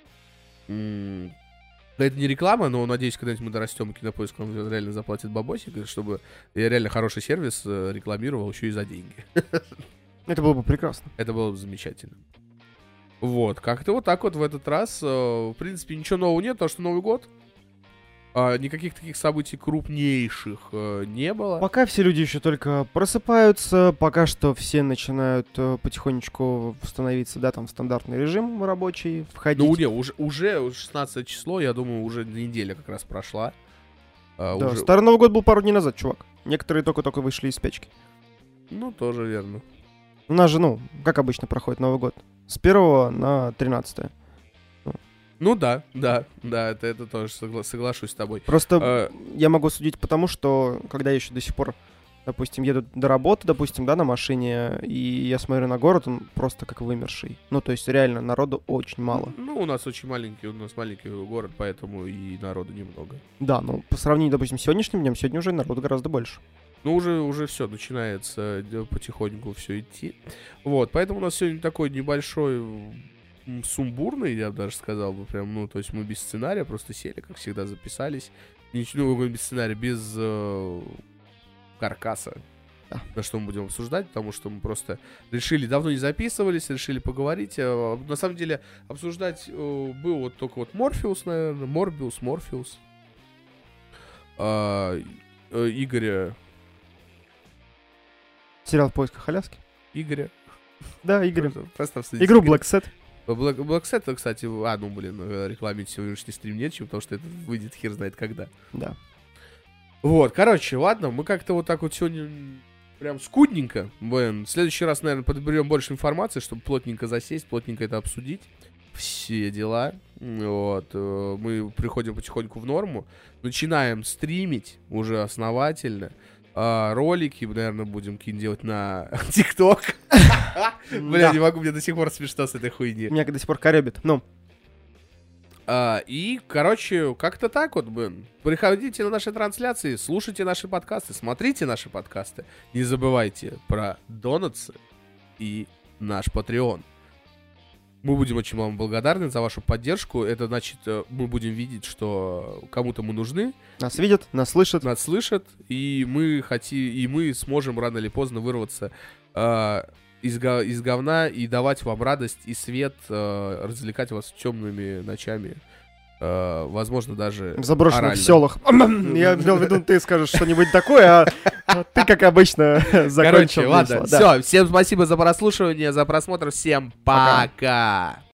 Speaker 1: М, Да, это не реклама, но надеюсь, когда-нибудь мы дорастем, и Кинопоиск нам реально заплатит бабосик, чтобы я реально хороший сервис э, рекламировал еще и за деньги.
Speaker 2: Это было бы прекрасно.
Speaker 1: Это было бы замечательно. Вот, как-то вот так вот в этот раз. э, В принципе, ничего нового нет, потому что Новый год. а, Никаких таких событий крупнейших э, не было.
Speaker 2: Пока все люди еще только просыпаются, пока что все начинают э, потихонечку становиться, да, там, в стандартный режим рабочий, входить.
Speaker 1: Ну, не, уже, уже шестнадцатое число, я думаю, уже неделя как раз прошла. А,
Speaker 2: Да,
Speaker 1: уже-
Speaker 2: Старый Новый год был пару дней назад, чувак. Некоторые только-только вышли из печки.
Speaker 1: Ну, тоже верно.
Speaker 2: У нас же, ну, как обычно проходит Новый год. С первого на тринадцатое.
Speaker 1: Ну да, да, да, это, это тоже согла- соглашусь с тобой.
Speaker 2: Просто
Speaker 1: А,
Speaker 2: я могу судить потому, что когда я еще до сих пор, допустим, еду до работы, допустим, да, на машине, и я смотрю на город, он просто как вымерший. Ну, то есть реально народу очень мало.
Speaker 1: Ну, у нас очень маленький, у нас маленький город, поэтому и народу немного.
Speaker 2: Да, но по сравнению, допустим, с сегодняшним днем, сегодня уже народу гораздо больше.
Speaker 1: Ну, уже, уже все, начинается э, потихоньку все идти. Вот, поэтому у нас сегодня такой небольшой, м, сумбурный, я бы даже сказал бы, прям, ну, то есть мы без сценария просто сели, как всегда, записались. Ничего, ну, без сценария, без э, каркаса,
Speaker 2: Да.
Speaker 1: на что мы будем обсуждать, потому что мы просто решили, давно не записывались, решили поговорить. Э, На самом деле, обсуждать э, был вот только вот Морфеус, наверное, Морбиус, Морфеус. А, э, Игоря...
Speaker 2: Сериал «В поисках Аляски».
Speaker 1: Игоря.
Speaker 2: Да, Игорь.
Speaker 1: Просто, просто обсудить
Speaker 2: Игру
Speaker 1: Игоря.
Speaker 2: Black Set.
Speaker 1: Black, Black Set, кстати, а, ну, блин, э, рекламить сегодняшний стрим нечего, потому что это выйдет хер знает когда.
Speaker 2: Да.
Speaker 1: Вот, короче, ладно, мы как-то вот так вот сегодня прям скудненько, блин. В следующий раз, наверное, подберем больше информации, чтобы плотненько засесть, плотненько это обсудить. Все дела. Вот, э, мы приходим потихоньку в норму, начинаем стримить уже основательно. А, ролики, наверное, будем какие-нибудь делать на ТикТок. Бля,
Speaker 2: Да.
Speaker 1: не могу, мне до сих пор смешно с этой хуйни.
Speaker 2: Меня до сих пор коребит. Ну,
Speaker 1: А, и, короче, как-то так вот, блин. Приходите на наши трансляции, слушайте наши подкасты, смотрите наши подкасты. Не забывайте про донатсы и наш Patreon. Мы будем очень вам благодарны за вашу поддержку. Это значит, э, мы будем видеть, что кому-то мы нужны.
Speaker 2: Нас видят, нас слышат.
Speaker 1: Нас слышат, и мы хотим, и мы сможем рано или поздно вырваться э, из, го- из говна и давать вам радость и свет, э, развлекать вас темными ночами. Э, возможно, даже
Speaker 2: В заброшенных
Speaker 1: орально.
Speaker 2: селах. Я имел в виду, ты скажешь что-нибудь такое, а ты, как обычно, закончил.
Speaker 1: Короче, ладно. Все, всем спасибо за прослушивание, за просмотр. Всем
Speaker 2: Пока.
Speaker 1: пока.